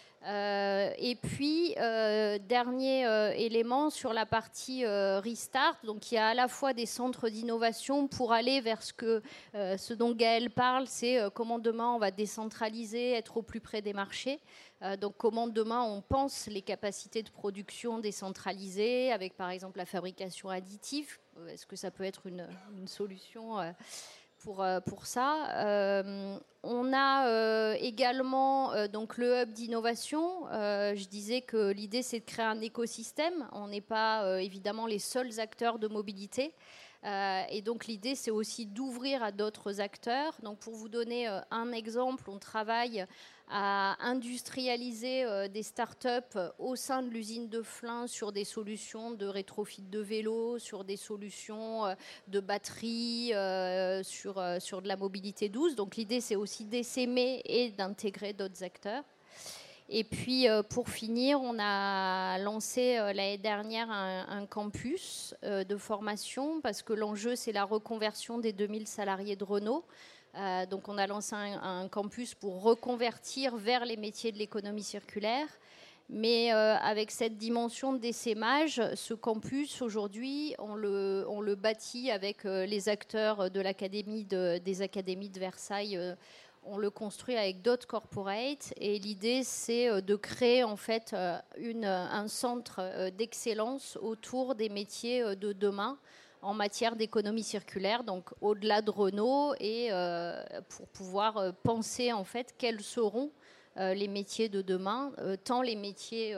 S6: Et puis, dernier élément sur la partie Restart, donc il y a à la fois des centres d'innovation pour aller vers ce dont Gaëlle parle, c'est comment demain on va décentraliser, être au plus près des marchés. Donc comment demain on pense les capacités de production décentralisées avec par exemple la fabrication additive. Est-ce que ça peut être une solution pour ça. On a également donc le hub d'innovation. Je disais que l'idée, c'est de créer un écosystème. On n'est pas évidemment les seuls acteurs de mobilité. Et donc l'idée, c'est aussi d'ouvrir à d'autres acteurs. Donc pour vous donner un exemple, on travaille à industrialiser des startups au sein de l'usine de Flins sur des solutions de rétrofit de vélos, sur des solutions de batteries, sur de la mobilité douce. Donc l'idée, c'est aussi d'essaimer et d'intégrer d'autres acteurs. Et puis, pour finir, on a lancé l'année dernière un campus de formation parce que l'enjeu, c'est la reconversion des 2000 salariés de Renault. Donc, on a lancé un campus pour reconvertir vers les métiers de l'économie circulaire. Mais avec cette dimension d'essaimage, ce campus, aujourd'hui, on le bâtit avec les acteurs de des académies de Versailles. On le construit avec d'autres corporates et l'idée c'est de créer en fait un centre d'excellence autour des métiers de demain en matière d'économie circulaire, donc au-delà de Renault et pour pouvoir penser en fait quels seront les métiers de demain, tant les métiers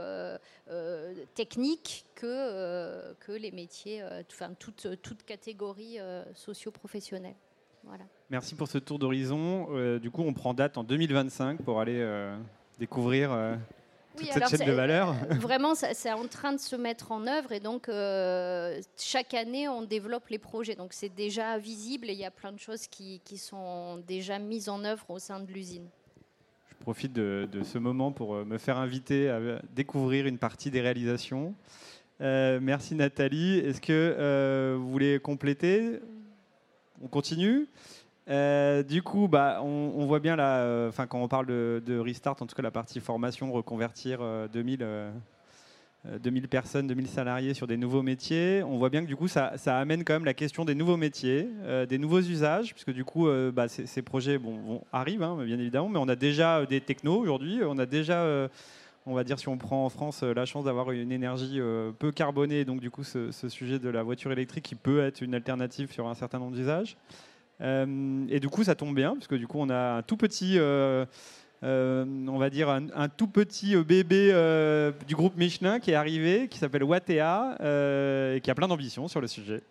S6: techniques que les métiers, toute catégorie socio-professionnelle. Voilà.
S2: Merci pour ce tour d'horizon. Du coup, on prend date en 2025 pour aller découvrir toute cette chaîne de valeur.
S6: Vraiment, c'est en train de se mettre en œuvre et donc chaque année, on développe les projets. Donc c'est déjà visible et il y a plein de choses qui sont déjà mises en œuvre au sein de l'usine.
S2: Je profite de ce moment pour me faire inviter à découvrir une partie des réalisations. Merci Nathalie. Est-ce que vous voulez compléter ? On continue. Du coup, on voit bien là, quand on parle de Restart, en tout cas la partie formation, reconvertir 2000 personnes, 2000 salariés sur des nouveaux métiers. On voit bien que du coup, ça amène quand même la question des nouveaux métiers, des nouveaux usages, puisque du coup, ces projets arrivent, bien évidemment, mais on a déjà des technos aujourd'hui. On a déjà, on va dire, si on prend en France la chance d'avoir une énergie peu carbonée, donc du coup, ce sujet de la voiture électrique qui peut être une alternative sur un certain nombre d'usages. Et du coup, ça tombe bien, parce que du coup, on a un tout petit, on va dire un tout petit bébé du groupe Michelin qui est arrivé, qui s'appelle Wattea, et qui a plein d'ambitions sur le sujet.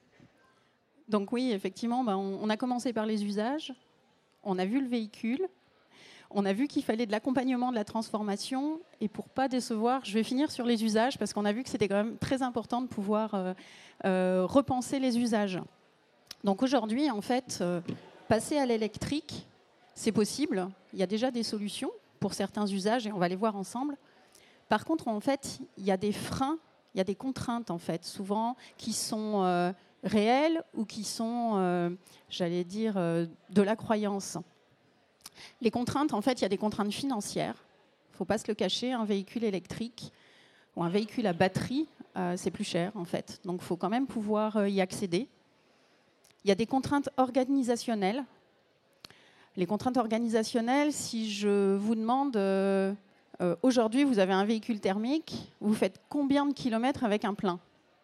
S3: Donc oui, effectivement, on a commencé par les usages, on a vu le véhicule, on a vu qu'il fallait de l'accompagnement de la transformation, et pour ne pas décevoir, je vais finir sur les usages, parce qu'on a vu que c'était quand même très important de pouvoir repenser les usages. Donc aujourd'hui, en fait, passer à l'électrique, c'est possible. Il y a déjà des solutions pour certains usages et on va les voir ensemble. Par contre, en fait, il y a des freins, il y a des contraintes, en fait, souvent qui sont réelles ou qui sont, j'allais dire, de la croyance. Les contraintes, en fait, il y a des contraintes financières. Il ne faut pas se le cacher, un véhicule électrique ou un véhicule à batterie, c'est plus cher, en fait. Donc, il faut quand même pouvoir y accéder. Il y a des contraintes organisationnelles. Les contraintes organisationnelles, si je vous demande, aujourd'hui, vous avez un véhicule thermique, vous faites combien de kilomètres avec un plein ?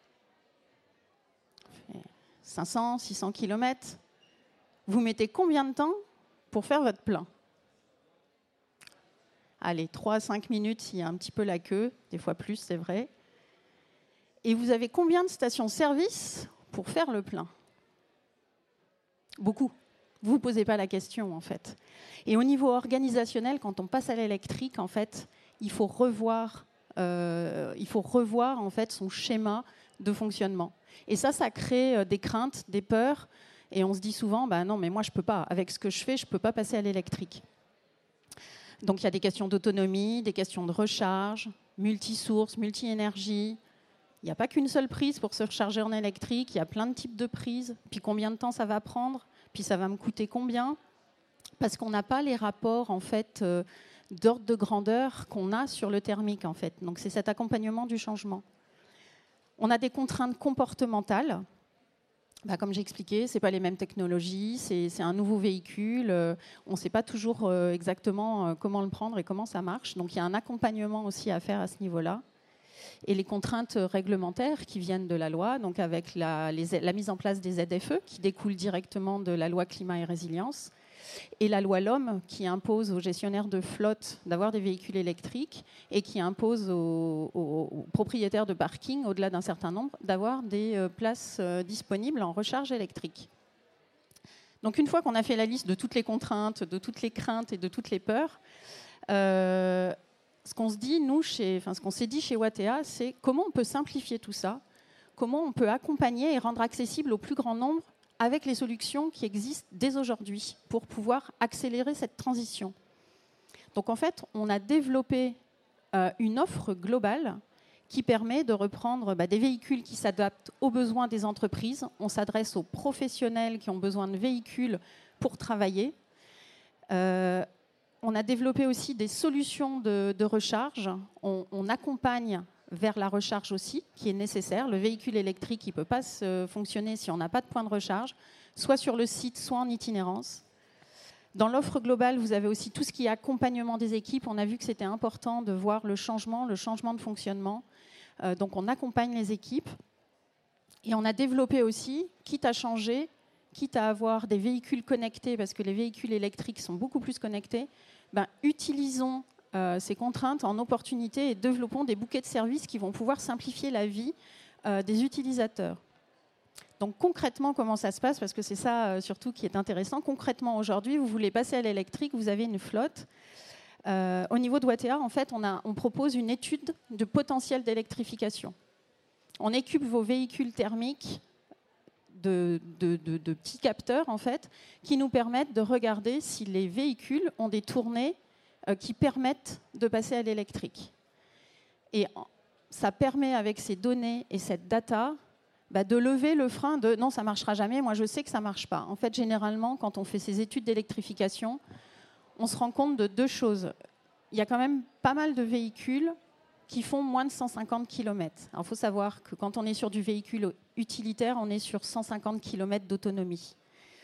S3: 500, 600 kilomètres. Vous mettez combien de temps pour faire votre plein ? Allez, 3 à 5 minutes s'il y a un petit peu la queue, des fois plus, c'est vrai. Et vous avez combien de stations-service pour faire le plein ? Beaucoup. Vous ne vous posez pas la question, en fait. Et au niveau organisationnel, quand on passe à l'électrique, en fait, il faut revoir en fait, son schéma de fonctionnement. Et ça crée des craintes, des peurs. Et on se dit souvent, non, mais moi, je ne peux pas. Avec ce que je fais, je ne peux pas passer à l'électrique. Donc, il y a des questions d'autonomie, des questions de recharge, multi-sources, multi-énergie. Il n'y a pas qu'une seule prise pour se recharger en électrique. Il y a plein de types de prises. Puis, combien de temps ça va prendre ? Puis ça va me coûter combien ? Parce qu'on n'a pas les rapports en fait, d'ordre de grandeur qu'on a sur le thermique. En fait. Donc c'est cet accompagnement du changement. On a des contraintes comportementales. Comme j'ai expliqué, ce n'est pas les mêmes technologies, c'est un nouveau véhicule. On ne sait pas toujours exactement comment le prendre et comment ça marche. Donc il y a un accompagnement aussi à faire à ce niveau-là. Et les contraintes réglementaires qui viennent de la loi, donc avec la mise en place des ZFE qui découlent directement de la loi climat et résilience, et la loi LOM qui impose aux gestionnaires de flotte d'avoir des véhicules électriques et qui impose aux propriétaires de parking, au-delà d'un certain nombre, d'avoir des places disponibles en recharge électrique. Donc une fois qu'on a fait la liste de toutes les contraintes, de toutes les craintes et de toutes les peurs, ce qu'on se dit, ce qu'on s'est dit chez Watèa, c'est comment on peut simplifier tout ça, comment on peut accompagner et rendre accessible au plus grand nombre avec les solutions qui existent dès aujourd'hui pour pouvoir accélérer cette transition. Donc en fait, on a développé une offre globale qui permet de reprendre des véhicules qui s'adaptent aux besoins des entreprises. On s'adresse aux professionnels qui ont besoin de véhicules pour travailler. On a développé aussi des solutions de recharge. On accompagne vers la recharge aussi, qui est nécessaire. Le véhicule électrique, il ne peut pas fonctionner si on n'a pas de point de recharge, soit sur le site, soit en itinérance. Dans l'offre globale, vous avez aussi tout ce qui est accompagnement des équipes. On a vu que c'était important de voir le changement de fonctionnement. Donc on accompagne les équipes. Et on a développé aussi, quitte à changer, quitte à avoir des véhicules connectés, parce que les véhicules électriques sont beaucoup plus connectés, utilisons ces contraintes en opportunités et développons des bouquets de services qui vont pouvoir simplifier la vie des utilisateurs. Donc concrètement, comment ça se passe ? Parce que c'est ça surtout qui est intéressant. Concrètement, aujourd'hui, vous voulez passer à l'électrique, vous avez une flotte. Au niveau de Watèa, en fait, on propose une étude de potentiel d'électrification. On équipe vos véhicules thermiques de petits capteurs, en fait, qui nous permettent de regarder si les véhicules ont des tournées qui permettent de passer à l'électrique. Et ça permet, avec ces données et cette data, de lever le frein de « non, ça ne marchera jamais, moi je sais que ça ne marche pas ». En fait, généralement, quand on fait ces études d'électrification, on se rend compte de deux choses. Il y a quand même pas mal de véhicules qui font moins de 150 km. Il faut savoir que quand on est sur du véhicule utilitaire, on est sur 150 km d'autonomie.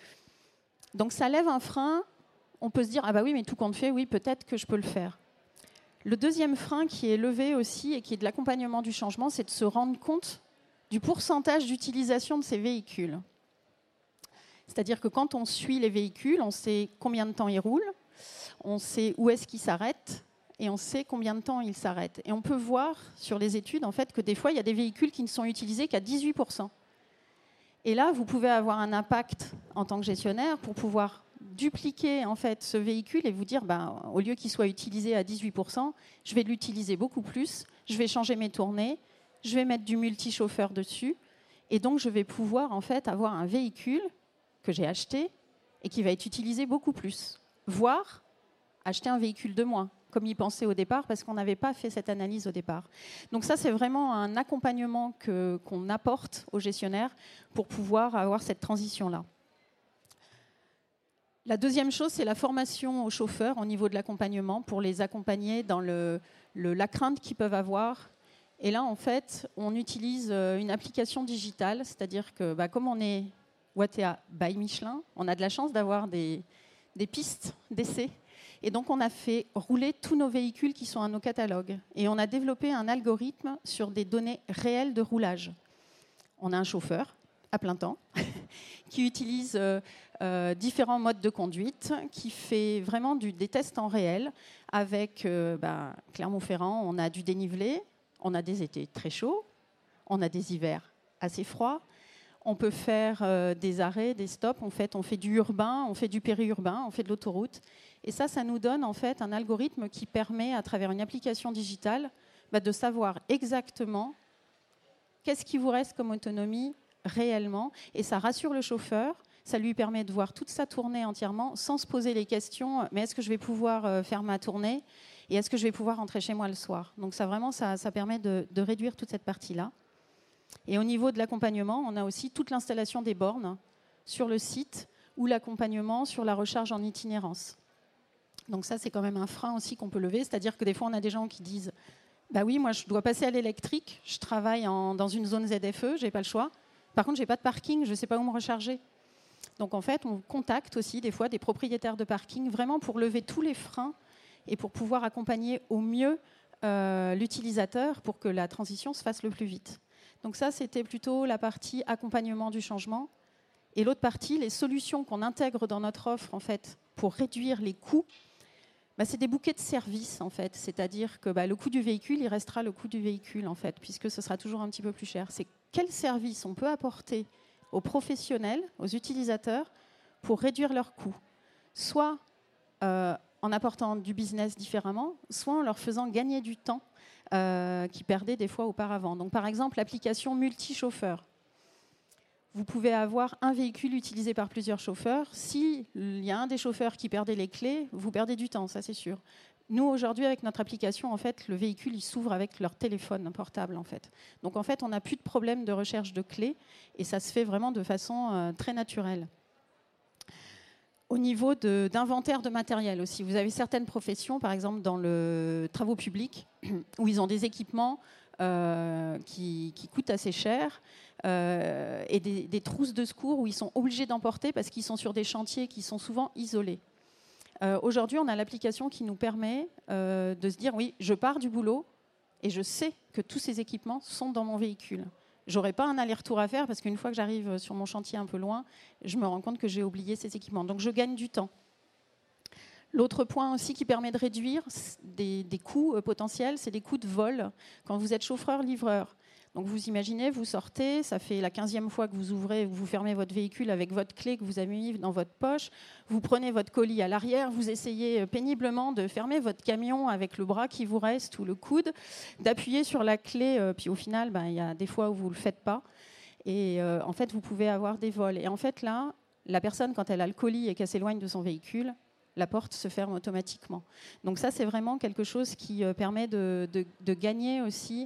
S3: Donc ça lève un frein. On peut se dire « ah bah oui, mais tout compte fait, oui, peut-être que je peux le faire ». Le deuxième frein qui est levé aussi et qui est de l'accompagnement du changement, c'est de se rendre compte du pourcentage d'utilisation de ces véhicules. C'est-à-dire que quand on suit les véhicules, on sait combien de temps ils roulent, on sait où est-ce qu'ils s'arrêtent et on sait combien de temps ils s'arrêtent. Et on peut voir sur les études en fait, que des fois, il y a des véhicules qui ne sont utilisés qu'à 18%. Et là, vous pouvez avoir un impact en tant que gestionnaire pour pouvoir dupliquer en fait, ce véhicule et vous dire, au lieu qu'il soit utilisé à 18%, je vais l'utiliser beaucoup plus, je vais changer mes tournées, je vais mettre du multi-chauffeur dessus, et donc je vais pouvoir en fait, avoir un véhicule que j'ai acheté et qui va être utilisé beaucoup plus. Voire acheter un véhicule de moins. comme ils pensaient au départ, parce qu'on n'avait pas fait cette analyse au départ. Donc ça, c'est vraiment un accompagnement qu'on apporte aux gestionnaires pour pouvoir avoir cette transition-là. La deuxième chose, c'est la formation aux chauffeurs au niveau de l'accompagnement pour les accompagner dans la crainte qu'ils peuvent avoir. Et là, en fait, on utilise une application digitale, c'est-à-dire que comme on est Watèa by Michelin, on a de la chance d'avoir des pistes d'essai. Et donc, on a fait rouler tous nos véhicules qui sont à nos catalogues. Et on a développé un algorithme sur des données réelles de roulage. On a un chauffeur à plein temps qui utilise différents modes de conduite, qui fait vraiment des tests en réel. Avec Clermont-Ferrand, on a du dénivelé, on a des étés très chauds, on a des hivers assez froids. On peut faire des arrêts, des stops. En fait, on fait du urbain, on fait du périurbain, on fait de l'autoroute. Et ça nous donne en fait un algorithme qui permet, à travers une application digitale, de savoir exactement qu'est-ce qui vous reste comme autonomie réellement. Et ça rassure le chauffeur. Ça lui permet de voir toute sa tournée entièrement sans se poser les questions. Mais est-ce que je vais pouvoir faire ma tournée ? Et est-ce que je vais pouvoir rentrer chez moi le soir ? Donc ça permet de réduire toute cette partie-là. Et au niveau de l'accompagnement, on a aussi toute l'installation des bornes sur le site ou l'accompagnement sur la recharge en itinérance. Donc ça, c'est quand même un frein aussi qu'on peut lever. C'est-à-dire que des fois, on a des gens qui disent « Bah oui, moi, je dois passer à l'électrique. Je travaille dans une zone ZFE, je n'ai pas le choix. Par contre, je n'ai pas de parking, je ne sais pas où me recharger. » Donc en fait, on contacte aussi des fois des propriétaires de parking vraiment pour lever tous les freins et pour pouvoir accompagner au mieux l'utilisateur pour que la transition se fasse le plus vite. Donc ça, c'était plutôt la partie accompagnement du changement. Et l'autre partie, les solutions qu'on intègre dans notre offre en fait, pour réduire les coûts, c'est des bouquets de services, en fait. C'est-à-dire que le coût du véhicule, il restera le coût du véhicule, en fait, puisque ce sera toujours un petit peu plus cher. C'est quel service on peut apporter aux professionnels, aux utilisateurs, pour réduire leurs coûts. Soit en apportant du business différemment, soit en leur faisant gagner du temps qu'ils perdaient des fois auparavant. Donc, par exemple, l'application multi-chauffeur. Vous pouvez avoir un véhicule utilisé par plusieurs chauffeurs. S'il y a un des chauffeurs qui perdait les clés, vous perdez du temps, ça c'est sûr. Nous, aujourd'hui, avec notre application, en fait, le véhicule il s'ouvre avec leur téléphone portable. En fait. Donc, en fait, on n'a plus de problème de recherche de clés et ça se fait vraiment de façon très naturelle. Au niveau d'inventaire de matériel aussi, vous avez certaines professions, par exemple dans le travaux publics, où ils ont des équipements qui coûtent assez cher et des trousses de secours où ils sont obligés d'emporter parce qu'ils sont sur des chantiers qui sont souvent isolés. Aujourd'hui, on a l'application qui nous permet de se dire, oui, je pars du boulot et je sais que tous ces équipements sont dans mon véhicule. Je n'aurai pas un aller-retour à faire parce qu'une fois que j'arrive sur mon chantier un peu loin, je me rends compte que j'ai oublié ces équipements. Donc, je gagne du temps. L'autre point aussi qui permet de réduire des coûts potentiels, c'est des coûts de vol quand vous êtes chauffeur-livreur. Donc vous imaginez, vous sortez, ça fait la 15e fois que vous ouvrez, vous fermez votre véhicule avec votre clé que vous avez mis dans votre poche, vous prenez votre colis à l'arrière, vous essayez péniblement de fermer votre camion avec le bras qui vous reste ou le coude, d'appuyer sur la clé, puis au final, il y a des fois où vous ne le faites pas. Et en fait, vous pouvez avoir des vols. Et en fait, là, la personne, quand elle a le colis et qu'elle s'éloigne de son véhicule, la porte se ferme automatiquement. Donc ça, c'est vraiment quelque chose qui permet de gagner aussi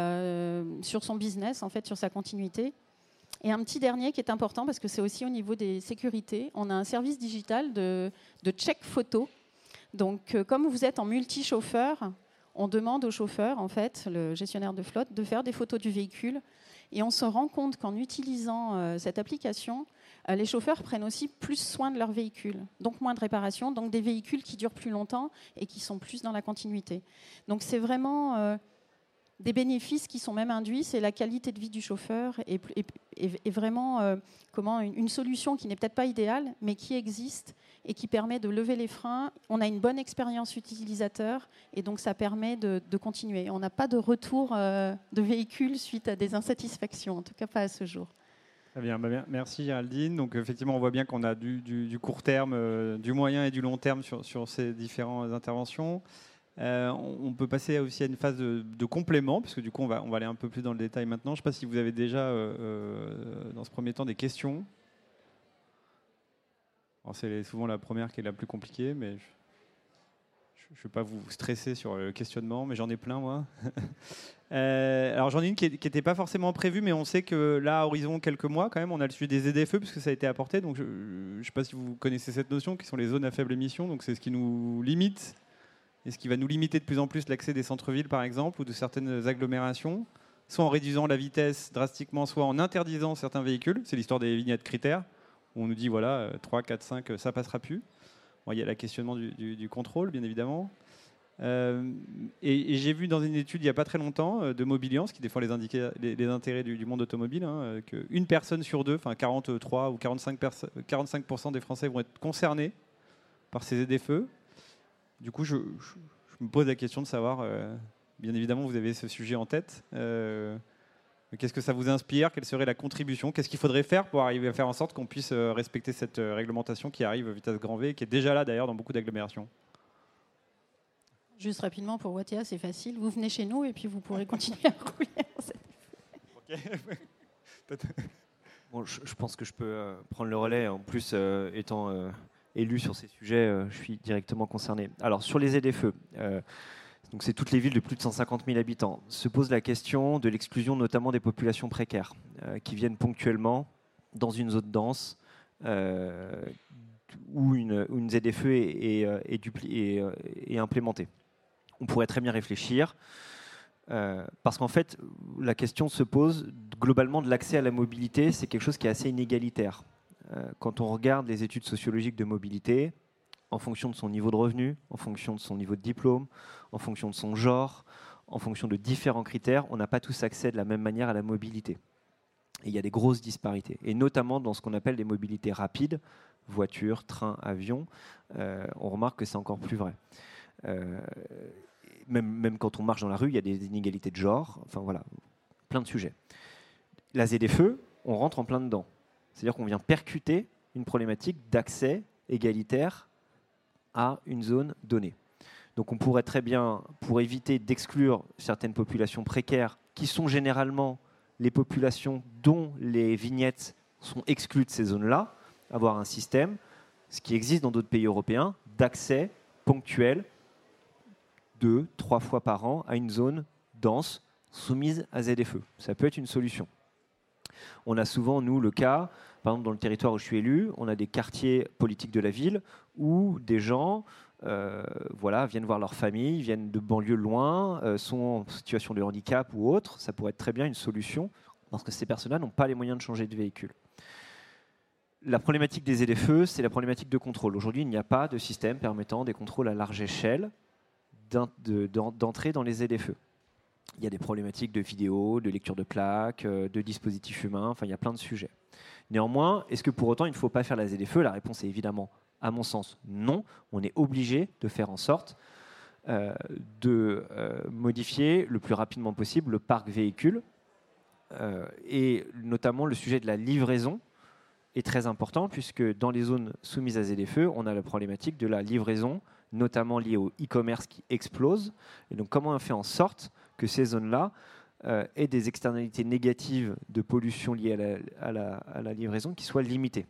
S3: sur son business, en fait, sur sa continuité. Et un petit dernier qui est important, parce que c'est aussi au niveau des sécurités, on a un service digital de check photo. Donc, comme vous êtes en multi-chauffeur, on demande au chauffeur, en fait, le gestionnaire de flotte, de faire des photos du véhicule. Et on se rend compte qu'en utilisant cette application, les chauffeurs prennent aussi plus soin de leur véhicule, donc moins de réparations, donc des véhicules qui durent plus longtemps et qui sont plus dans la continuité. Donc c'est vraiment des bénéfices qui sont même induits, c'est la qualité de vie du chauffeur et vraiment une solution qui n'est peut-être pas idéale, mais qui existe et qui permet de lever les freins. On a une bonne expérience utilisateur et donc ça permet de continuer. On n'a pas de retour de véhicule suite à des insatisfactions, en tout cas pas à ce jour.
S2: Très bien, merci Géraldine. Donc effectivement, on voit bien qu'on a du court terme, du moyen et du long terme sur ces différentes interventions. On peut passer aussi à une phase de complément, parce que du coup, on va aller un peu plus dans le détail maintenant. Je ne sais pas si vous avez déjà, dans ce premier temps, des questions. Alors, c'est souvent la première qui est la plus compliquée, mais je ne vais pas vous stresser sur le questionnement, mais j'en ai plein, moi. Alors, j'en ai une qui n'était pas forcément prévue, mais on sait que là, à horizon quelques mois, quand même, on a le sujet des ZFE, puisque ça a été apporté. Donc, je ne sais pas si vous connaissez cette notion, qui sont les zones à faible émission. Donc, c'est ce qui nous limite, et ce qui va nous limiter de plus en plus l'accès des centres-villes, par exemple, ou de certaines agglomérations, soit en réduisant la vitesse drastiquement, soit en interdisant certains véhicules. C'est l'histoire des vignettes critères, où on nous dit, voilà, 3, 4, 5, ça passera plus. Bon, il y a le questionnement du contrôle, bien évidemment. Et j'ai vu dans une étude il n'y a pas très longtemps de Mobiliance, qui défend les intérêts du monde automobile, qu'une personne sur deux, enfin 43 ou 45% des Français vont être concernés par ces ZFE. Du coup, je me pose la question de savoir, bien évidemment, vous avez ce sujet en tête. Qu'est-ce que ça vous inspire? Quelle serait la contribution? Qu'est-ce qu'il faudrait faire pour arriver à faire en sorte qu'on puisse respecter cette réglementation qui arrive vitesse grand V, et qui est déjà là d'ailleurs dans beaucoup d'agglomérations?
S3: Juste rapidement, pour Wattea, c'est facile. Vous venez chez nous et puis vous pourrez continuer à rouler.
S5: Bon, je pense que je peux prendre le relais. En plus, étant élu sur ces sujets, je suis directement concerné. Alors, sur les ZFE, donc c'est toutes les villes de plus de 150 000 habitants. Se pose la question de l'exclusion notamment des populations précaires qui viennent ponctuellement dans une zone dense où une ZFE est implémentée. On pourrait très bien réfléchir parce qu'en fait, la question se pose globalement de l'accès à la mobilité. C'est quelque chose qui est assez inégalitaire. Quand on regarde les études sociologiques de mobilité, en fonction de son niveau de revenu, en fonction de son niveau de diplôme, en fonction de son genre, en fonction de différents critères, on n'a pas tous accès de la même manière à la mobilité. Et il y a des grosses disparités, et notamment dans ce qu'on appelle les mobilités rapides, voiture, train, avion, on remarque que c'est encore plus vrai. Même quand on marche dans la rue, il y a des inégalités de genre, enfin voilà, plein de sujets. La ZFE, on rentre en plein dedans. C'est-à-dire qu'on vient percuter une problématique d'accès égalitaire à une zone donnée. Donc on pourrait très bien, pour éviter d'exclure certaines populations précaires, qui sont généralement les populations dont les vignettes sont exclues de ces zones-là, avoir un système, ce qui existe dans d'autres pays européens, d'accès ponctuel 2-3 fois par an à une zone dense soumise à ZFE. Ça peut être une solution. On a souvent, nous, le cas, par exemple dans le territoire où je suis élu, on a des quartiers politiques de la ville où des gens viennent voir leur famille, viennent de banlieues loin, sont en situation de handicap ou autre. Ça pourrait être très bien une solution parce que ces personnes-là n'ont pas les moyens de changer de véhicule. La problématique des ZFE, c'est la problématique de contrôle. Aujourd'hui, il n'y a pas de système permettant des contrôles à large échelle d'entrée dans les ZFE. Il y a des problématiques de vidéo, de lecture de plaques, de dispositifs humains, enfin il y a plein de sujets. Néanmoins, est-ce que pour autant il ne faut pas faire la ZFE? La réponse est évidemment, à mon sens, non. On est obligé de faire en sorte de modifier le plus rapidement possible le parc véhicule et notamment le sujet de la livraison est très important puisque dans les zones soumises à ZFE, on a la problématique de la livraison, notamment liée au e-commerce qui explose. Et donc comment on fait en sorte que ces zones-là aient des externalités négatives de pollution liées à la livraison qui soient limitées.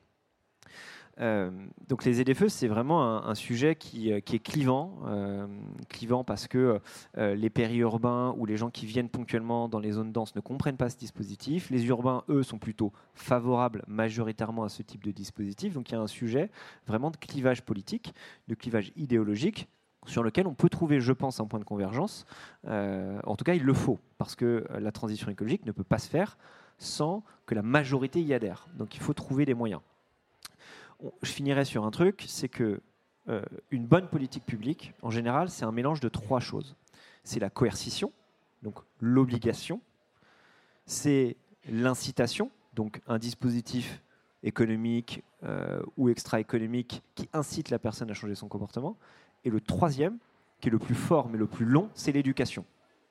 S5: Donc les ZFE, c'est vraiment un sujet qui est clivant parce que les périurbains ou les gens qui viennent ponctuellement dans les zones denses ne comprennent pas ce dispositif. Les urbains, eux, sont plutôt favorables majoritairement à ce type de dispositif. Donc il y a un sujet vraiment de clivage politique, de clivage idéologique, sur lequel on peut trouver, je pense, un point de convergence. En tout cas, il le faut, parce que la transition écologique ne peut pas se faire sans que la majorité y adhère. Donc il faut trouver des moyens. Je finirai sur un truc, c'est que une bonne politique publique, en général, c'est un mélange de 3 choses. C'est la coercition, donc l'obligation, c'est l'incitation, donc un dispositif économique ou extra-économique qui incite la personne à changer son comportement. Et le troisième, qui est le plus fort mais le plus long, c'est l'éducation.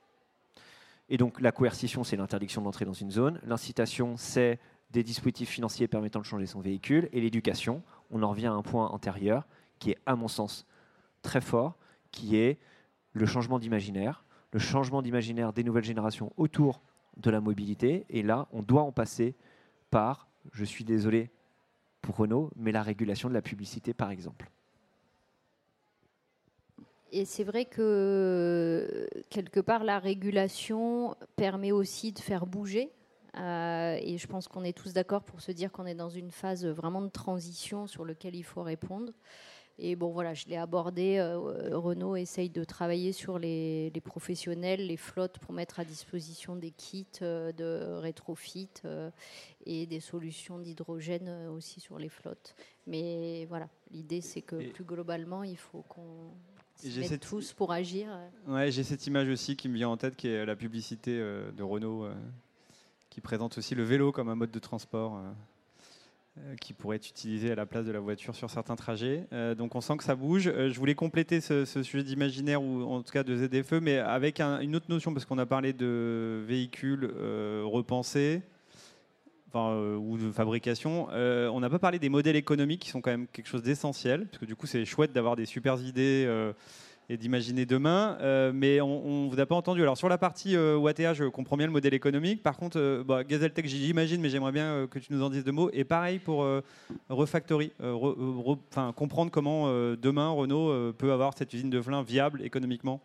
S5: Et donc la coercition, c'est l'interdiction d'entrer dans une zone. L'incitation, c'est des dispositifs financiers permettant de changer son véhicule. Et l'éducation, on en revient à un point antérieur, qui est à mon sens très fort, qui est le changement d'imaginaire des nouvelles générations autour de la mobilité. Et là, on doit en passer par, je suis désolé pour Renault, mais la régulation de la publicité, par exemple.
S6: Et c'est vrai que quelque part la régulation permet aussi de faire bouger. Et je pense qu'on est tous d'accord pour se dire qu'on est dans une phase vraiment de transition sur laquelle il faut répondre. Et bon, voilà, je l'ai abordé. Renault essaye de travailler sur les professionnels, les flottes, pour mettre à disposition des kits de rétrofit et des solutions d'hydrogène aussi sur les flottes. Mais voilà, l'idée, c'est que plus globalement, il faut qu'on s'y mette tous pour agir.
S2: Ouais, j'ai cette image aussi qui me vient en tête, qui est la publicité de Renault, qui présente aussi le vélo comme un mode de transport. Qui pourrait être utilisé à la place de la voiture sur certains trajets. Donc on sent que ça bouge. Je voulais compléter ce sujet d'imaginaire, ou en tout cas de ZFE, mais avec une autre notion, parce qu'on a parlé de véhicules repensés, ou de fabrication. On n'a pas parlé des modèles économiques, qui sont quand même quelque chose d'essentiel, parce que du coup c'est chouette d'avoir des super idées et d'imaginer demain, mais on ne vous a pas entendu. Alors sur la partie WATEA, je comprends bien le modèle économique. Par contre, GazelTech, j'imagine, mais j'aimerais bien que tu nous en dises deux mots. Et pareil pour Refactory, comprendre comment demain Renault peut avoir cette usine de Flins viable économiquement.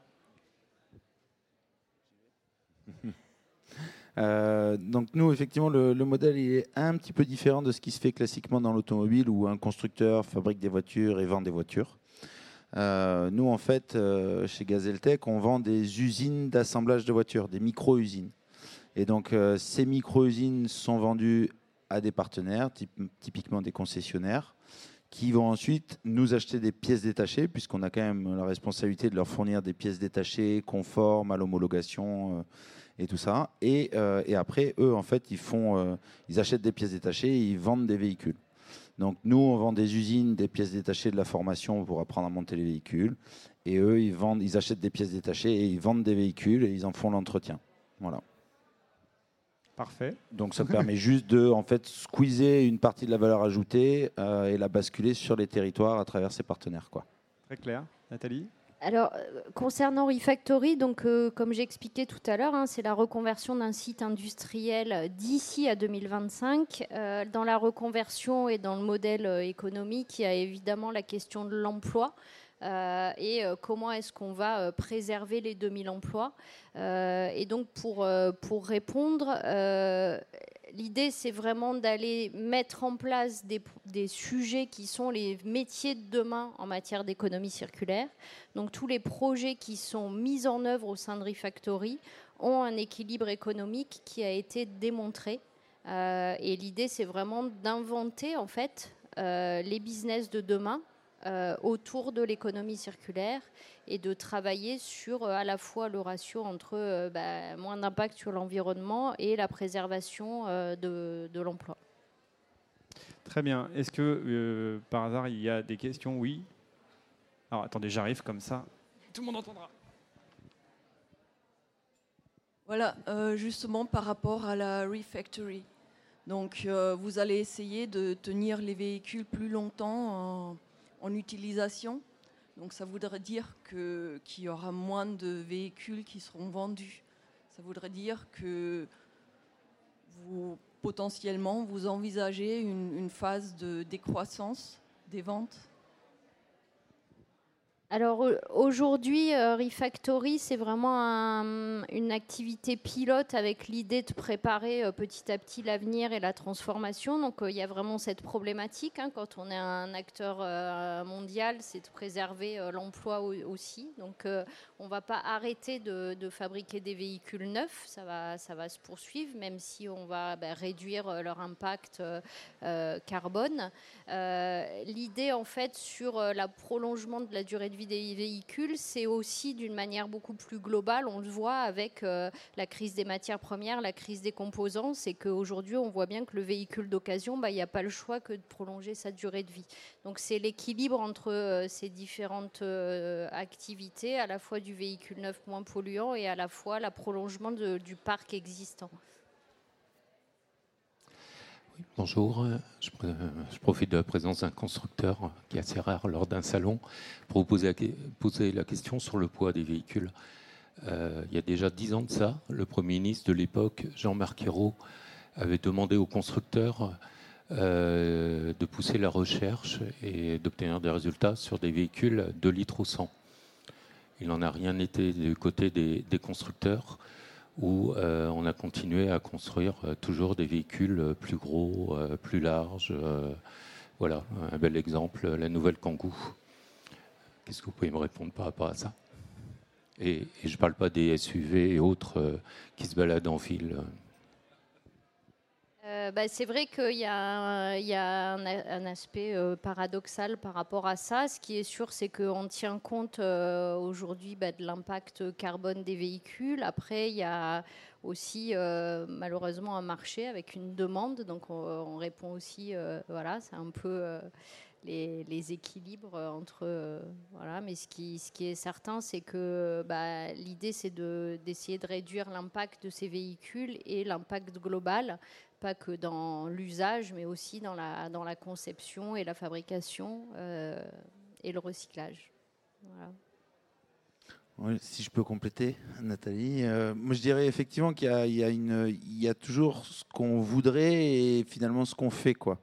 S4: Donc nous, effectivement, le modèle il est un petit peu différent de ce qui se fait classiquement dans l'automobile, où un constructeur fabrique des voitures et vend des voitures. Nous, en fait, chez GazelTech, on vend des usines d'assemblage de voitures, des micro-usines. Et donc, ces micro-usines sont vendues à des partenaires, typiquement des concessionnaires, qui vont ensuite nous acheter des pièces détachées, puisqu'on a quand même la responsabilité de leur fournir des pièces détachées conformes à l'homologation et tout ça. Et après, eux, en fait, ils achètent des pièces détachées et ils vendent des véhicules. Donc nous, on vend des usines, des pièces détachées, de la formation pour apprendre à monter les véhicules. Et eux, ils achètent des pièces détachées et ils vendent des véhicules et ils en font l'entretien. Voilà.
S2: Parfait.
S4: Donc ça permet juste de squeezer une partie de la valeur ajoutée et la basculer sur les territoires à travers ses partenaires, quoi.
S2: Très clair. Nathalie ?
S6: Alors, concernant Refactory, donc, comme j'ai expliqué tout à l'heure, c'est la reconversion d'un site industriel d'ici à 2025. Dans la reconversion et dans le modèle économique, il y a évidemment la question de l'emploi. Et comment est-ce qu'on va préserver les 2000 emplois. Et donc, pour répondre, l'idée, c'est vraiment d'aller mettre en place des sujets qui sont les métiers de demain en matière d'économie circulaire. Donc, tous les projets qui sont mis en œuvre au sein de Refactory ont un équilibre économique qui a été démontré. Et l'idée, c'est vraiment d'inventer, en fait, les business de demain autour de l'économie circulaire et de travailler sur à la fois le ratio entre moins d'impact sur l'environnement et la préservation de l'emploi.
S2: Très bien. Est-ce que par hasard il y a des questions ? Oui. Alors attendez, j'arrive comme ça. Tout le monde entendra.
S7: Voilà, justement par rapport à la Refactory. Donc vous allez essayer de tenir les véhicules plus longtemps en utilisation. Donc ça voudrait dire qu'il y aura moins de véhicules qui seront vendus. Ça voudrait dire que potentiellement vous envisagez une phase de décroissance des ventes.
S6: Alors aujourd'hui, Refactory, c'est vraiment une activité pilote avec l'idée de préparer petit à petit l'avenir et la transformation. Donc il y a vraiment cette problématique. Quand on est un acteur mondial, c'est de préserver l'emploi aussi. Donc on ne va pas arrêter de fabriquer des véhicules neufs. Ça va se poursuivre, même si on va réduire leur impact carbone. L'idée, en fait, sur le prolongement de la durée de vie des véhicules, c'est aussi d'une manière beaucoup plus globale. On le voit avec la crise des matières premières, la crise des composants. C'est qu'aujourd'hui, on voit bien que le véhicule d'occasion, il n'y a pas le choix que de prolonger sa durée de vie. Donc c'est l'équilibre entre ces différentes activités, à la fois du véhicule neuf moins polluant et à la fois le prolongement du parc existant.
S8: Oui, bonjour, je profite de la présence d'un constructeur qui est assez rare lors d'un salon pour vous poser la question sur le poids des véhicules. Il y a déjà 10 ans de ça, le Premier ministre de l'époque, Jean-Marc Ayrault, avait demandé aux constructeurs de pousser la recherche et d'obtenir des résultats sur des véhicules 2 litres au 100. Il n'en a rien été du côté des constructeurs, où on a continué à construire toujours des véhicules plus gros, plus larges. Voilà, un bel exemple, la nouvelle Kangoo. Qu'est-ce que vous pouvez me répondre par rapport à ça ? Et je ne parle pas des SUV et autres qui se baladent en ville.
S6: C'est vrai qu'il y a un aspect paradoxal par rapport à ça. Ce qui est sûr, c'est qu'on tient compte aujourd'hui de l'impact carbone des véhicules. Après, il y a aussi malheureusement un marché avec une demande. Donc on répond aussi, voilà, c'est un peu les équilibres entre... voilà. Mais ce qui est certain, c'est que l'idée, c'est d'essayer de réduire l'impact de ces véhicules et l'impact global, pas que dans l'usage, mais aussi dans la conception et la fabrication et le recyclage. Voilà.
S4: Oui, si je peux compléter, Nathalie. Moi, je dirais effectivement qu'il y a toujours ce qu'on voudrait et finalement ce qu'on fait, quoi.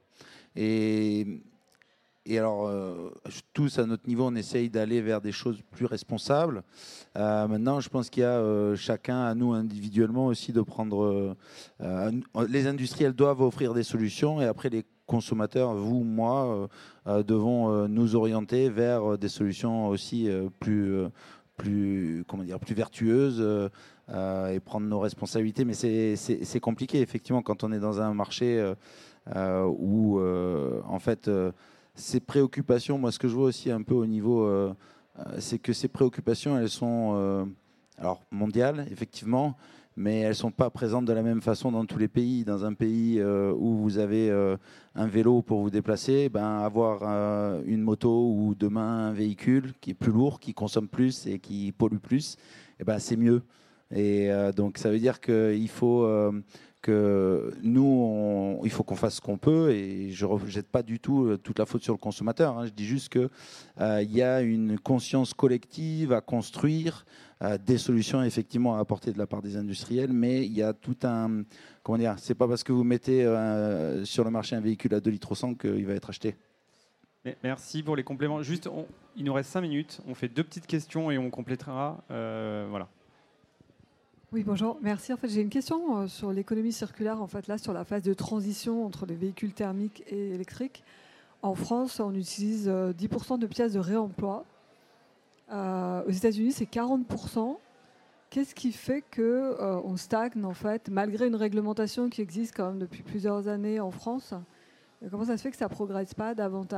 S4: Et alors, tous à notre niveau, on essaye d'aller vers des choses plus responsables. Maintenant, je pense qu'il y a chacun à nous individuellement aussi de prendre... les industriels doivent offrir des solutions et après les consommateurs, vous, moi, devons nous orienter vers des solutions aussi plus vertueuses et prendre nos responsabilités. Mais c'est compliqué, effectivement, quand on est dans un marché où, en fait... ces préoccupations, moi ce que je vois aussi un peu au niveau, c'est que ces préoccupations, elles sont alors mondiales, effectivement, mais elles ne sont pas présentes de la même façon dans tous les pays. Dans un pays où vous avez un vélo pour vous déplacer, avoir une moto ou demain un véhicule qui est plus lourd, qui consomme plus et qui pollue plus, c'est mieux. Et donc ça veut dire qu'il faut... que nous, il faut qu'on fasse ce qu'on peut, et je ne rejette pas du tout toute la faute sur le consommateur. Je dis juste qu'il y a une conscience collective à construire, des solutions effectivement à apporter de la part des industriels, mais il y a tout un... Comment dire ? C'est pas parce que vous mettez sur le marché un véhicule à 2,1 litres qu'il va être acheté.
S2: Merci pour les compléments. Juste, il nous reste 5 minutes. On fait 2 petites questions et on complétera. Voilà.
S9: Oui, bonjour. Merci. En fait, j'ai une question sur l'économie circulaire, en fait, là, sur la phase de transition entre les véhicules thermiques et électriques. En France, on utilise 10% de pièces de réemploi. Aux États-Unis, c'est 40%. Qu'est-ce qui fait qu'on stagne, en fait, malgré une réglementation qui existe quand même depuis plusieurs années en France ? Et comment ça se fait que ça ne progresse pas davantage ?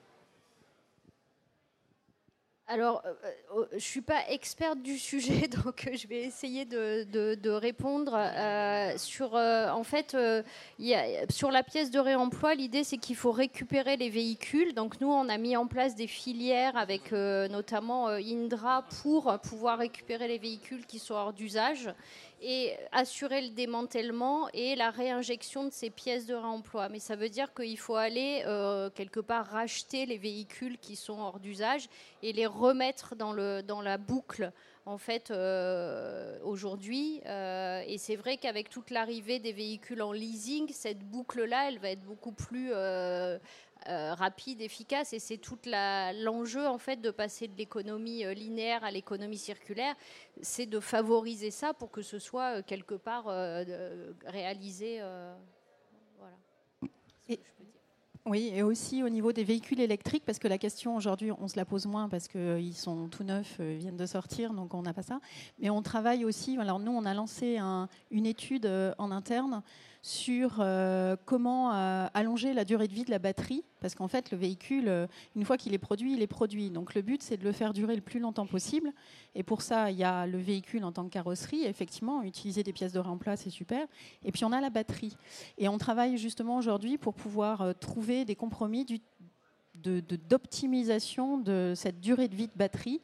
S6: Alors, je ne suis pas experte du sujet, donc je vais essayer de répondre. En fait, sur la pièce de réemploi, l'idée, c'est qu'il faut récupérer les véhicules. Donc, nous, on a mis en place des filières avec notamment Indra pour pouvoir récupérer les véhicules qui sont hors d'usage et assurer le démantèlement et la réinjection de ces pièces de réemploi. Mais ça veut dire qu'il faut aller quelque part racheter les véhicules qui sont hors d'usage et les remettre dans la boucle en fait aujourd'hui. Et c'est vrai qu'avec toute l'arrivée des véhicules en leasing, cette boucle-là, elle va être beaucoup plus rapide, efficace, et c'est tout l'enjeu en fait de passer de l'économie linéaire à l'économie circulaire, c'est de favoriser ça pour que ce soit quelque part réalisé. Voilà.
S3: Oui, et aussi au niveau des véhicules électriques, parce que la question aujourd'hui, on se la pose moins parce qu'ils sont tout neufs, viennent de sortir, donc on n'a pas ça. Mais on travaille aussi, alors nous on a lancé une étude en interne sur comment allonger la durée de vie de la batterie, parce qu'en fait le véhicule, une fois qu'il est produit, il est produit. Donc le but c'est de le faire durer le plus longtemps possible, et pour ça il y a le véhicule en tant que carrosserie, effectivement utiliser des pièces de réemploi c'est super, et puis on a la batterie. Et on travaille justement aujourd'hui pour pouvoir trouver des compromis d'optimisation de cette durée de vie de batterie,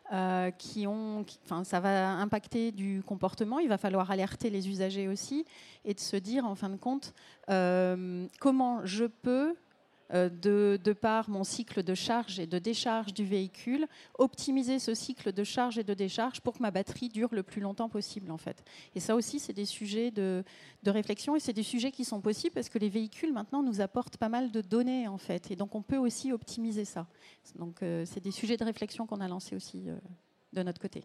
S3: ça va impacter du comportement. Il va falloir alerter les usagers aussi et de se dire, en fin de compte, comment je peux, de par mon cycle de charge et de décharge du véhicule, optimiser ce cycle de charge et de décharge pour que ma batterie dure le plus longtemps possible, en fait. Et ça aussi, c'est des sujets de réflexion, et c'est des sujets qui sont possibles parce que les véhicules, maintenant, nous apportent pas mal de données, en fait. Et donc, on peut aussi optimiser ça. Donc, c'est des sujets de réflexion qu'on a lancés aussi. de notre côté.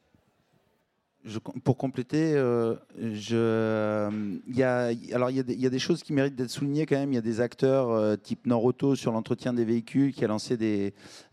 S4: Pour compléter, il y a des choses qui méritent d'être soulignées quand même. Il y a des acteurs type Nord Auto sur l'entretien des véhicules qui a lancé des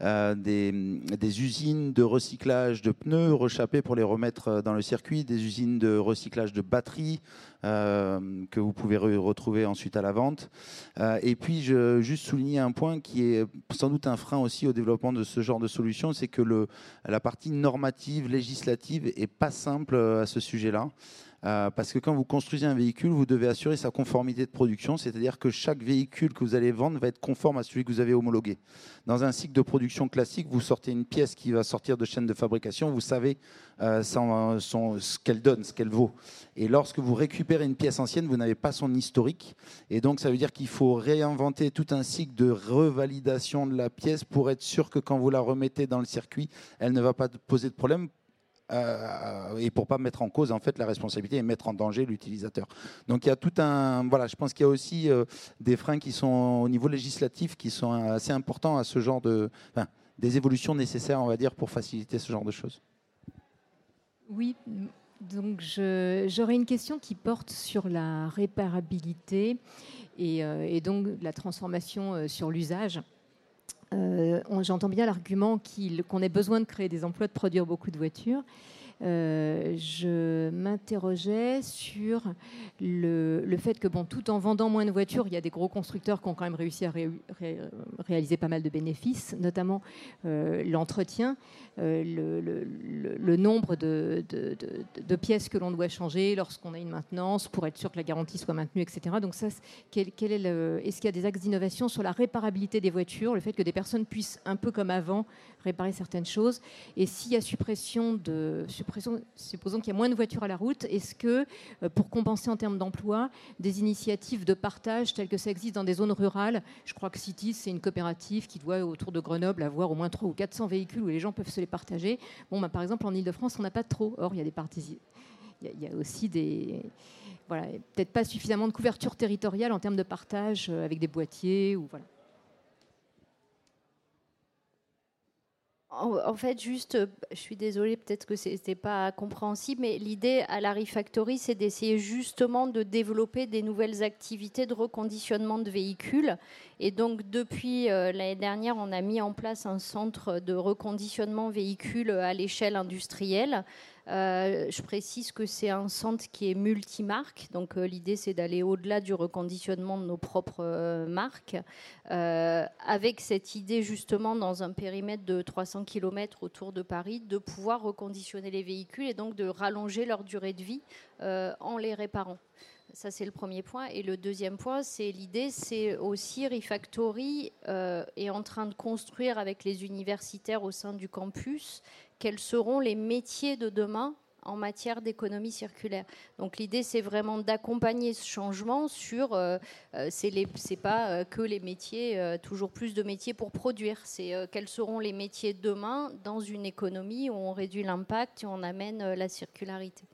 S4: usines de recyclage de pneus rechappés pour les remettre dans le circuit, des usines de recyclage de batteries que vous pouvez retrouver ensuite à la vente. Et puis, je juste souligner un point qui est sans doute un frein aussi au développement de ce genre de solution, c'est que la partie normative, législative est pas simple à ce sujet-là. Parce que quand vous construisez un véhicule, vous devez assurer sa conformité de production, c'est-à-dire que chaque véhicule que vous allez vendre va être conforme à celui que vous avez homologué. Dans un cycle de production classique, vous sortez une pièce qui va sortir de chaîne de fabrication, vous savez ce qu'elle donne, ce qu'elle vaut. Et lorsque vous récupérez une pièce ancienne, vous n'avez pas son historique. Et donc, ça veut dire qu'il faut réinventer tout un cycle de revalidation de la pièce pour être sûr que quand vous la remettez dans le circuit, elle ne va pas poser de problème. Et pour ne pas mettre en cause en fait la responsabilité et mettre en danger l'utilisateur. Donc il y a tout un... Voilà, je pense qu'il y a aussi des freins qui sont au niveau législatif qui sont assez importants à ce genre de... Enfin, des évolutions nécessaires, on va dire, pour faciliter ce genre de choses.
S10: Oui, donc j'aurais une question qui porte sur la réparabilité et donc la transformation sur l'usage. J'entends bien l'argument qu'on ait besoin de créer des emplois, de produire beaucoup de voitures. Je m'interrogeais sur le fait que, tout en vendant moins de voitures, il y a des gros constructeurs qui ont quand même réussi à réaliser pas mal de bénéfices, notamment l'entretien, le nombre de pièces que l'on doit changer lorsqu'on a une maintenance pour être sûr que la garantie soit maintenue, etc. Donc ça, est-ce qu'il y a des axes d'innovation sur la réparabilité des voitures, le fait que des personnes puissent, un peu comme avant, réparer certaines choses, et s'il y a supposons qu'il y a moins de voitures à la route, est-ce que, pour compenser en termes d'emploi, des initiatives de partage telles que ça existe dans des zones rurales, je crois que Cities, c'est une coopérative qui doit, autour de Grenoble, avoir au moins 300 ou 400 véhicules où les gens peuvent se les partager. Par exemple, en Ile-de-France, on n'a pas trop. Or, il y a des parties... Il y a aussi des... Voilà, peut-être pas suffisamment de couverture territoriale en termes de partage avec des boîtiers ou voilà.
S6: En fait, juste, je suis désolée, peut-être que ce n'était pas compréhensible, mais l'idée à la Refactory, c'est d'essayer justement de développer des nouvelles activités de reconditionnement de véhicules. Et donc, depuis l'année dernière, on a mis en place un centre de reconditionnement véhicules à l'échelle industrielle. Je précise que c'est un centre qui est multimarque, donc l'idée c'est d'aller au-delà du reconditionnement de nos propres marques, avec cette idée justement dans un périmètre de 300 km autour de Paris de pouvoir reconditionner les véhicules et donc de rallonger leur durée de vie en les réparant. Ça, c'est le premier point. Et le deuxième point, c'est l'idée, c'est aussi Refactory est en train de construire avec les universitaires au sein du campus quels seront les métiers de demain en matière d'économie circulaire. Donc l'idée, c'est vraiment d'accompagner ce changement sur, c'est pas que les métiers, toujours plus de métiers pour produire, c'est quels seront les métiers de demain dans une économie où on réduit l'impact et on amène la circularité.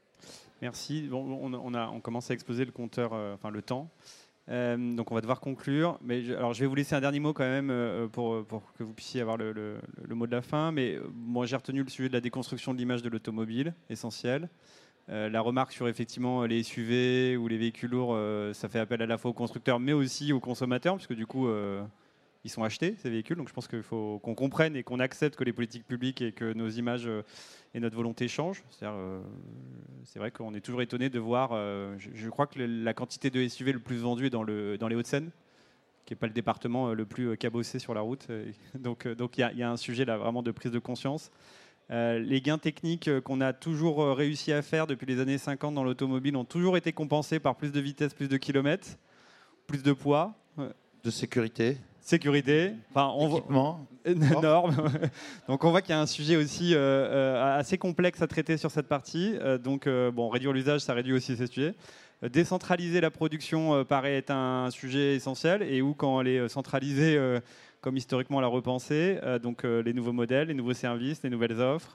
S2: Merci. Bon, on commence à exploser le compteur, le temps. Donc on va devoir conclure. Mais je vais vous laisser un dernier mot quand même pour que vous puissiez avoir le mot de la fin. Mais moi, j'ai retenu le sujet de la déconstruction de l'image de l'automobile, essentiel. La remarque sur effectivement les SUV ou les véhicules lourds, ça fait appel à la fois aux constructeurs, mais aussi aux consommateurs, puisque du coup, ils sont achetés, ces véhicules. Donc je pense qu'il faut qu'on comprenne et qu'on accepte que les politiques publiques et que nos images et notre volonté changent. C'est vrai qu'on est toujours étonné de voir... je crois que la quantité de SUV le plus vendu est dans les Hauts-de-Seine, qui n'est pas le département le plus cabossé sur la route. Donc il y a un sujet là vraiment de prise de conscience. Les gains techniques qu'on a toujours réussi à faire depuis les années 50 dans l'automobile ont toujours été compensés par plus de vitesse, plus de kilomètres, plus de poids.
S4: De sécurité.
S2: Équipement. Normes. Donc on voit qu'il y a un sujet aussi assez complexe à traiter sur cette partie. Réduire l'usage, ça réduit aussi ces sujets. Décentraliser la production paraît être un sujet essentiel, et où quand elle est centralisée, comme historiquement on l'a repensé, les nouveaux modèles, les nouveaux services, les nouvelles offres.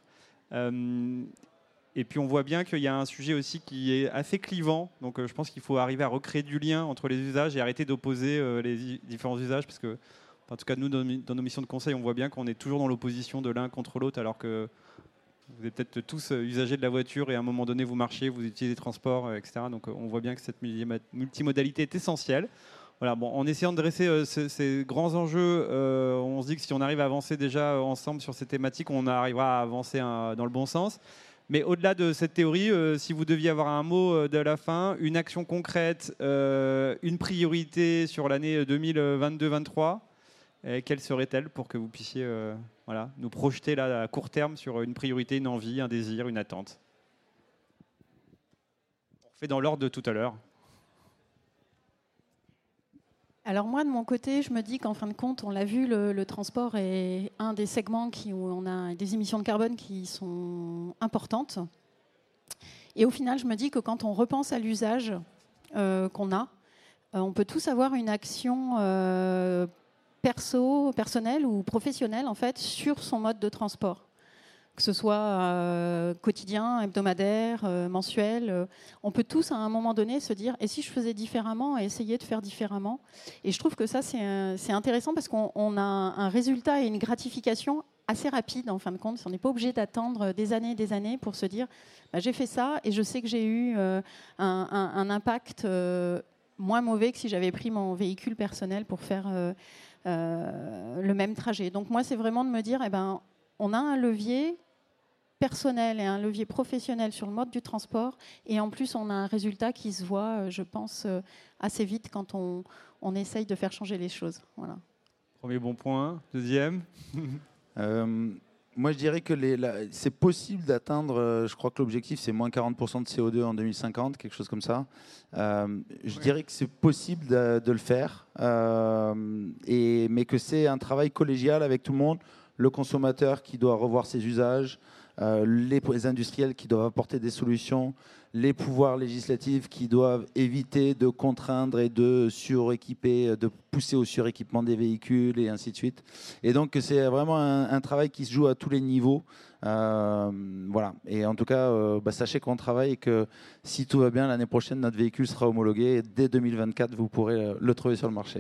S2: Et puis on voit bien qu'il y a un sujet aussi qui est assez clivant. Donc je pense qu'il faut arriver à recréer du lien entre les usages et arrêter d'opposer les différents usages, parce que, en tout cas nous, dans nos missions de conseil, on voit bien qu'on est toujours dans l'opposition de l'un contre l'autre, alors que Vous êtes peut-être tous usagers de la voiture et à un moment donné, vous marchez, vous utilisez les transports, etc. Donc on voit bien que cette multimodalité est essentielle. Voilà, bon, en essayant de dresser ces grands enjeux, on se dit que si on arrive à avancer déjà ensemble sur ces thématiques, on arrivera à avancer dans le bon sens. Mais au-delà de cette théorie, si vous deviez avoir un mot de la fin, une action concrète, une priorité sur l'année 2022-2023, quelle serait-elle pour que vous puissiez nous projeter là, à court terme sur une priorité, une envie, un désir, une attente? On fait dans l'ordre de tout à l'heure.
S3: Alors moi, de mon côté, je me dis qu'en fin de compte, on l'a vu, le transport est un des segments où on a des émissions de carbone qui sont importantes. Et au final, je me dis que quand on repense à l'usage qu'on a, on peut tous avoir une action personnelle ou professionnelle en fait, sur son mode de transport. Que ce soit quotidien, hebdomadaire, mensuel. On peut tous, à un moment donné, se dire « et si je faisais différemment ?» et essayer de faire différemment. Et je trouve que ça, c'est intéressant parce qu'on a un résultat et une gratification assez rapide, en fin de compte. On n'est pas obligé d'attendre des années pour se dire bah, « j'ai fait ça et je sais que j'ai eu un impact moins mauvais que si j'avais pris mon véhicule personnel pour faire le même trajet. » Donc moi, c'est vraiment de me dire on a un levier personnel et un levier professionnel sur le mode du transport et en plus on a un résultat qui se voit, je pense, assez vite quand on essaye de faire changer les choses. Voilà.
S2: Premier bon point. Deuxième.
S4: Moi je dirais que c'est possible d'atteindre, je crois que l'objectif c'est moins 40% de CO2 en 2050, quelque chose comme ça. Je dirais que c'est possible de le faire, mais que c'est un travail collégial avec tout le monde, le consommateur qui doit revoir ses usages, les industriels qui doivent apporter des solutions, les pouvoirs législatifs qui doivent éviter de contraindre et de suréquiper, de pousser au suréquipement des véhicules et ainsi de suite. Et donc c'est vraiment un travail qui se joue à tous les niveaux. Voilà. Et en tout cas, sachez qu'on travaille et que si tout va bien, l'année prochaine, notre véhicule sera homologué et dès 2024, vous pourrez le trouver sur le marché.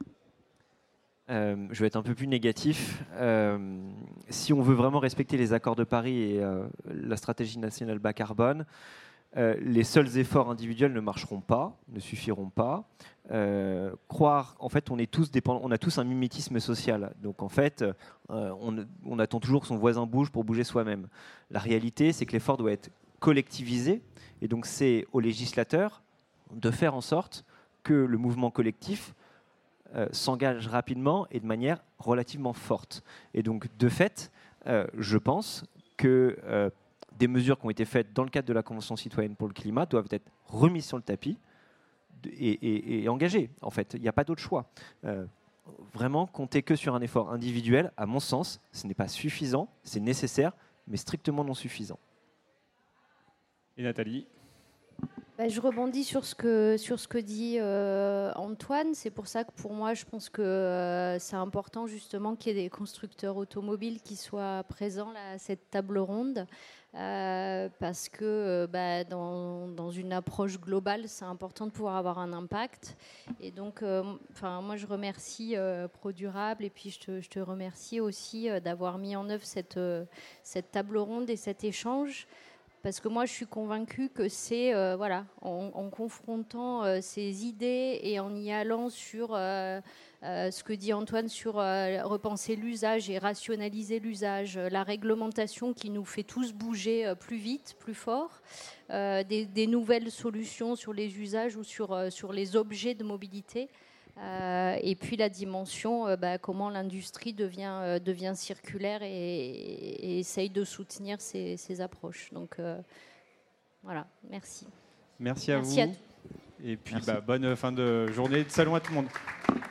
S5: Je vais être un peu plus négatif. Si on veut vraiment respecter les accords de Paris et la stratégie nationale bas carbone, les seuls efforts individuels ne marcheront pas, ne suffiront pas. En fait, on a tous un mimétisme social. Donc en fait, on attend toujours que son voisin bouge pour bouger soi-même. La réalité, c'est que l'effort doit être collectivisé. Et donc c'est aux législateurs de faire en sorte que le mouvement collectif s'engage rapidement et de manière relativement forte. Et donc, de fait, je pense que des mesures qui ont été faites dans le cadre de la Convention citoyenne pour le climat doivent être remises sur le tapis et engagées. En fait, il n'y a pas d'autre choix. Vraiment, compter que sur un effort individuel, à mon sens, ce n'est pas suffisant, c'est nécessaire, mais strictement non suffisant.
S2: Et Nathalie ?
S6: Je rebondis sur ce que dit Antoine. C'est pour ça que pour moi, je pense que c'est important justement qu'il y ait des constructeurs automobiles qui soient présents là, à cette table ronde. Parce que dans une approche globale, c'est important de pouvoir avoir un impact. Et donc, moi, je remercie ProDurable et puis je te remercie aussi d'avoir mis en œuvre cette table ronde et cet échange. Parce que moi, je suis convaincue que c'est, en confrontant ces idées et en y allant sur ce que dit Antoine sur repenser l'usage et rationaliser l'usage, la réglementation qui nous fait tous bouger plus vite, plus fort, des nouvelles solutions sur les usages ou sur les objets de mobilité. Et puis la dimension, comment l'industrie devient circulaire et essaye de soutenir ces approches. Donc voilà, merci.
S2: Merci à vous. Et puis bonne fin de journée de salon à tout le monde.